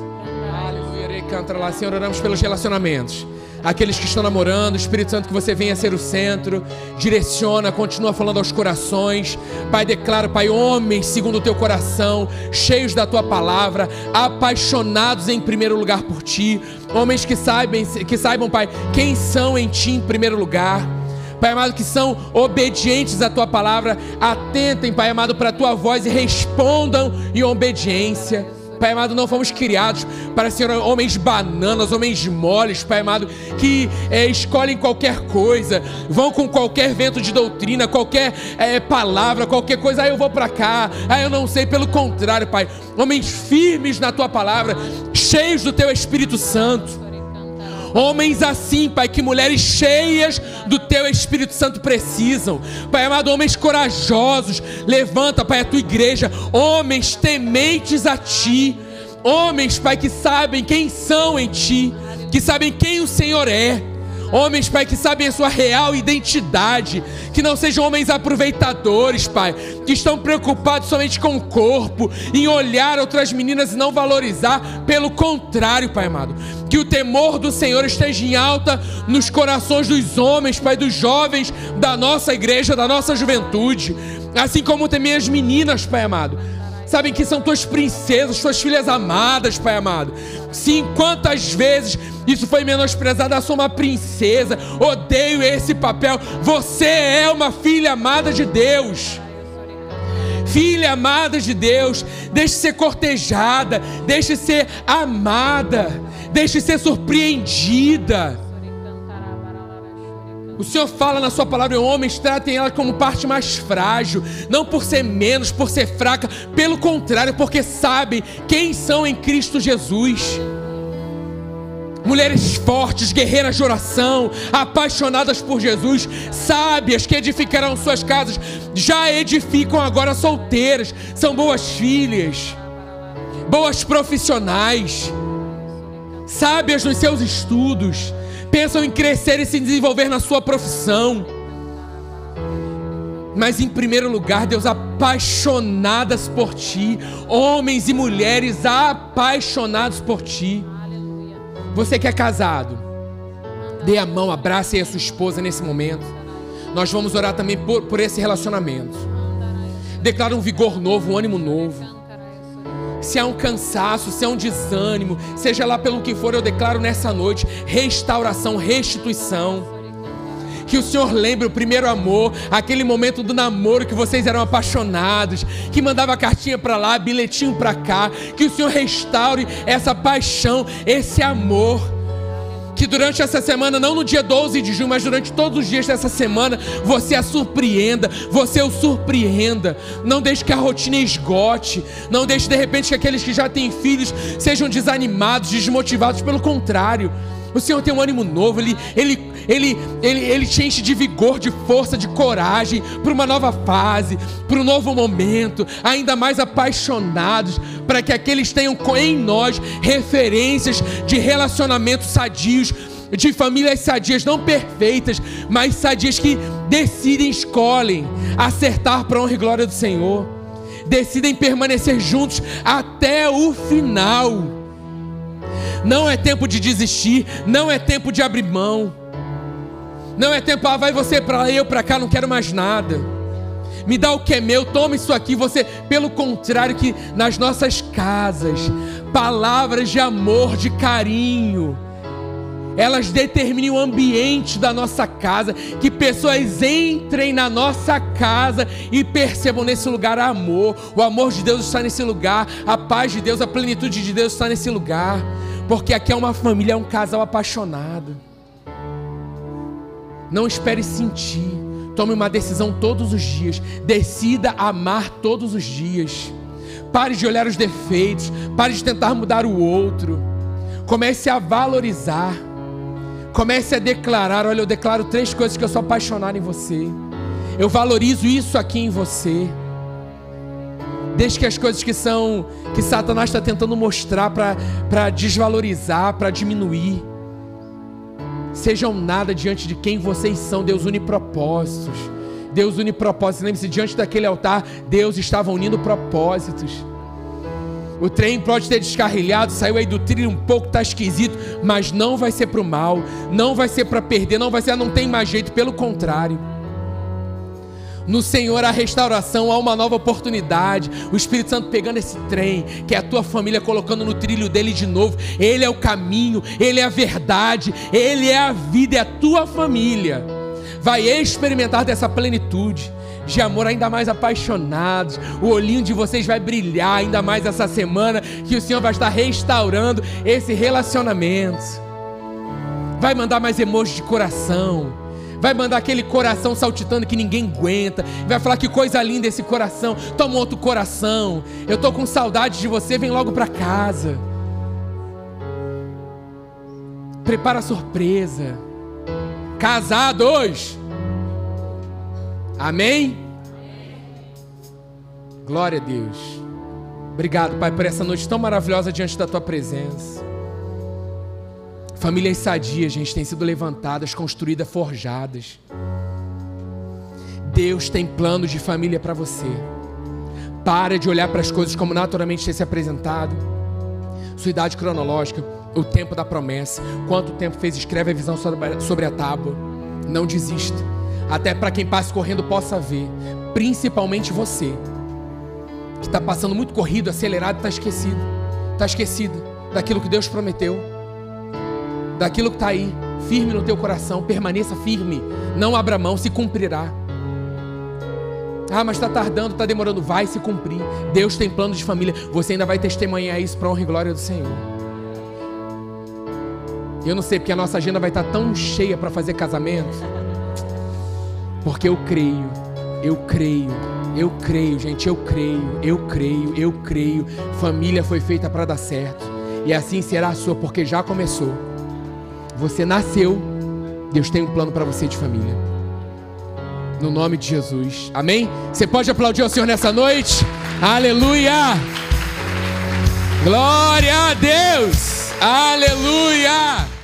Canta lá, Senhor, oramos pelos relacionamentos. Aqueles que estão namorando, Espírito Santo, que você venha ser o centro, direciona, continua falando aos corações. Pai, declaro, Pai, homens segundo o teu coração, cheios da tua palavra, apaixonados em primeiro lugar por ti, homens que saibam, Pai, quem são em ti em primeiro lugar. Pai amado, que são obedientes à tua palavra, atentem, Pai amado, para a tua voz e respondam em obediência. Pai amado, não fomos criados para ser homens bananas, homens moles, Pai amado, que escolhem qualquer coisa, vão com qualquer vento de doutrina, qualquer palavra, qualquer coisa, eu vou para cá, eu não sei. Pelo contrário, Pai, homens firmes na tua palavra, cheios do teu Espírito Santo. Homens assim, Pai, que mulheres cheias do teu Espírito Santo precisam. Pai amado, homens corajosos, levanta, Pai, a tua igreja, homens tementes a ti, homens, Pai, que sabem quem são em ti, que sabem quem o Senhor é. Homens, Pai, que sabem a sua real identidade, que não sejam homens aproveitadores, Pai, que estão preocupados somente com o corpo, em olhar outras meninas e não valorizar. Pelo contrário, Pai amado, que o temor do Senhor esteja em alta nos corações dos homens, Pai, dos jovens da nossa igreja, da nossa juventude, assim como também as meninas, Pai amado. Sabem que são tuas princesas, tuas filhas amadas, Pai amado. Sim, quantas vezes isso foi menosprezado. Eu sou uma princesa, odeio esse papel. Você é uma filha amada de Deus. Filha amada de Deus, deixe ser cortejada, deixe ser amada, deixe ser surpreendida. O Senhor fala na sua palavra: homens, tratem ela como parte mais frágil, não por ser menos, por ser fraca, pelo contrário, porque sabem quem são em Cristo Jesus. Mulheres fortes, guerreiras de oração, apaixonadas por Jesus, sábias que edificarão suas casas, já edificam agora solteiras, são boas filhas, boas profissionais, sábias nos seus estudos, pensam em crescer e se desenvolver na sua profissão. Mas em primeiro lugar, Deus, apaixonadas por ti, homens e mulheres apaixonados por ti. Você que é casado, dê a mão, abrace a sua esposa nesse momento. Nós vamos orar também por esse relacionamento. Declara um vigor novo, um ânimo novo. Se há um cansaço, se há um desânimo, seja lá pelo que for, eu declaro nessa noite restauração, restituição. Que o Senhor lembre o primeiro amor, aquele momento do namoro que vocês eram apaixonados, que mandava cartinha para lá, bilhetinho para cá. Que o Senhor restaure essa paixão, esse amor. Que durante essa semana, não no dia 12 de junho, mas durante todos os dias dessa semana, você a surpreenda, você o surpreenda. Não deixe que a rotina esgote. Não deixe de repente que aqueles que já têm filhos sejam desanimados, desmotivados. Pelo contrário, o Senhor tem um ânimo novo. Ele te enche de vigor, de força, de coragem para uma nova fase, para um novo momento, ainda mais apaixonados, para que aqueles tenham em nós referências de relacionamentos sadios, de famílias sadias, não perfeitas, mas sadias que decidem, escolhem acertar para a honra e glória do Senhor, decidem permanecer juntos até o final. Não é tempo de desistir, não é tempo de abrir mão, não é tempo, vai você para lá, eu para cá, não quero mais nada, me dá o que é meu, toma isso aqui. Você, pelo contrário, que nas nossas casas, palavras de amor, de carinho, elas determinem o ambiente da nossa casa, que pessoas entrem na nossa casa e percebam nesse lugar amor. O amor de Deus está nesse lugar, a paz de Deus, a plenitude de Deus está nesse lugar, porque aqui é uma família, é um casal apaixonado. Não espere sentir, tome uma decisão todos os dias, decida amar todos os dias. Pare de olhar os defeitos, pare de tentar mudar o outro, comece a valorizar. Comece a declarar, olha, eu declaro 3 coisas que eu sou apaixonado em você. Eu valorizo isso aqui em você. Deixe que as coisas que Satanás está tentando mostrar para desvalorizar, para diminuir, sejam nada diante de quem vocês são. Deus une propósitos. Deus une propósitos. Lembre-se, diante daquele altar, Deus estava unindo propósitos. O trem pode ter descarrilhado, saiu aí do trilho um pouco, está esquisito, mas não vai ser para o mal, não vai ser para perder, não vai ser, não tem mais jeito, pelo contrário. No Senhor há restauração, há uma nova oportunidade. O Espírito Santo pegando esse trem, que é a tua família, colocando no trilho dele de novo. Ele é o caminho, Ele é a verdade, Ele é a vida, é a tua família. Vai experimentar dessa plenitude de amor ainda mais apaixonados. O olhinho de vocês vai brilhar ainda mais essa semana, que o Senhor vai estar restaurando esse relacionamento. Vai mandar mais emojis de coração, vai mandar aquele coração saltitando que ninguém aguenta, vai falar que coisa linda esse coração, toma outro coração, eu estou com saudade de você, vem logo para casa. Prepara a surpresa. Casados, amém? Glória a Deus. Obrigado, Pai, por essa noite tão maravilhosa diante da Tua presença. Famílias sadias, gente, têm sido levantadas, construídas, forjadas. Deus tem plano de família para você. Para de olhar para as coisas como naturalmente tem se apresentado. Sua idade cronológica, o tempo da promessa, quanto tempo fez, escreve a visão sobre a tábua. Não desista, até para quem passe correndo possa ver, principalmente você, que está passando muito corrido, acelerado, está esquecido daquilo que Deus prometeu, daquilo que está aí, firme no teu coração, permaneça firme, não abra mão, se cumprirá. Mas está tardando, está demorando, vai se cumprir. Deus tem plano de família, você ainda vai testemunhar isso para a honra e glória do Senhor. Eu não sei porque a nossa agenda vai estar tão cheia para fazer casamento, porque eu creio, gente, eu creio, família foi feita para dar certo, e assim será a sua, porque já começou. Você nasceu, Deus tem um plano para você de família, no nome de Jesus, amém? Você pode aplaudir ao Senhor nessa noite? Aleluia! Glória a Deus! Aleluia!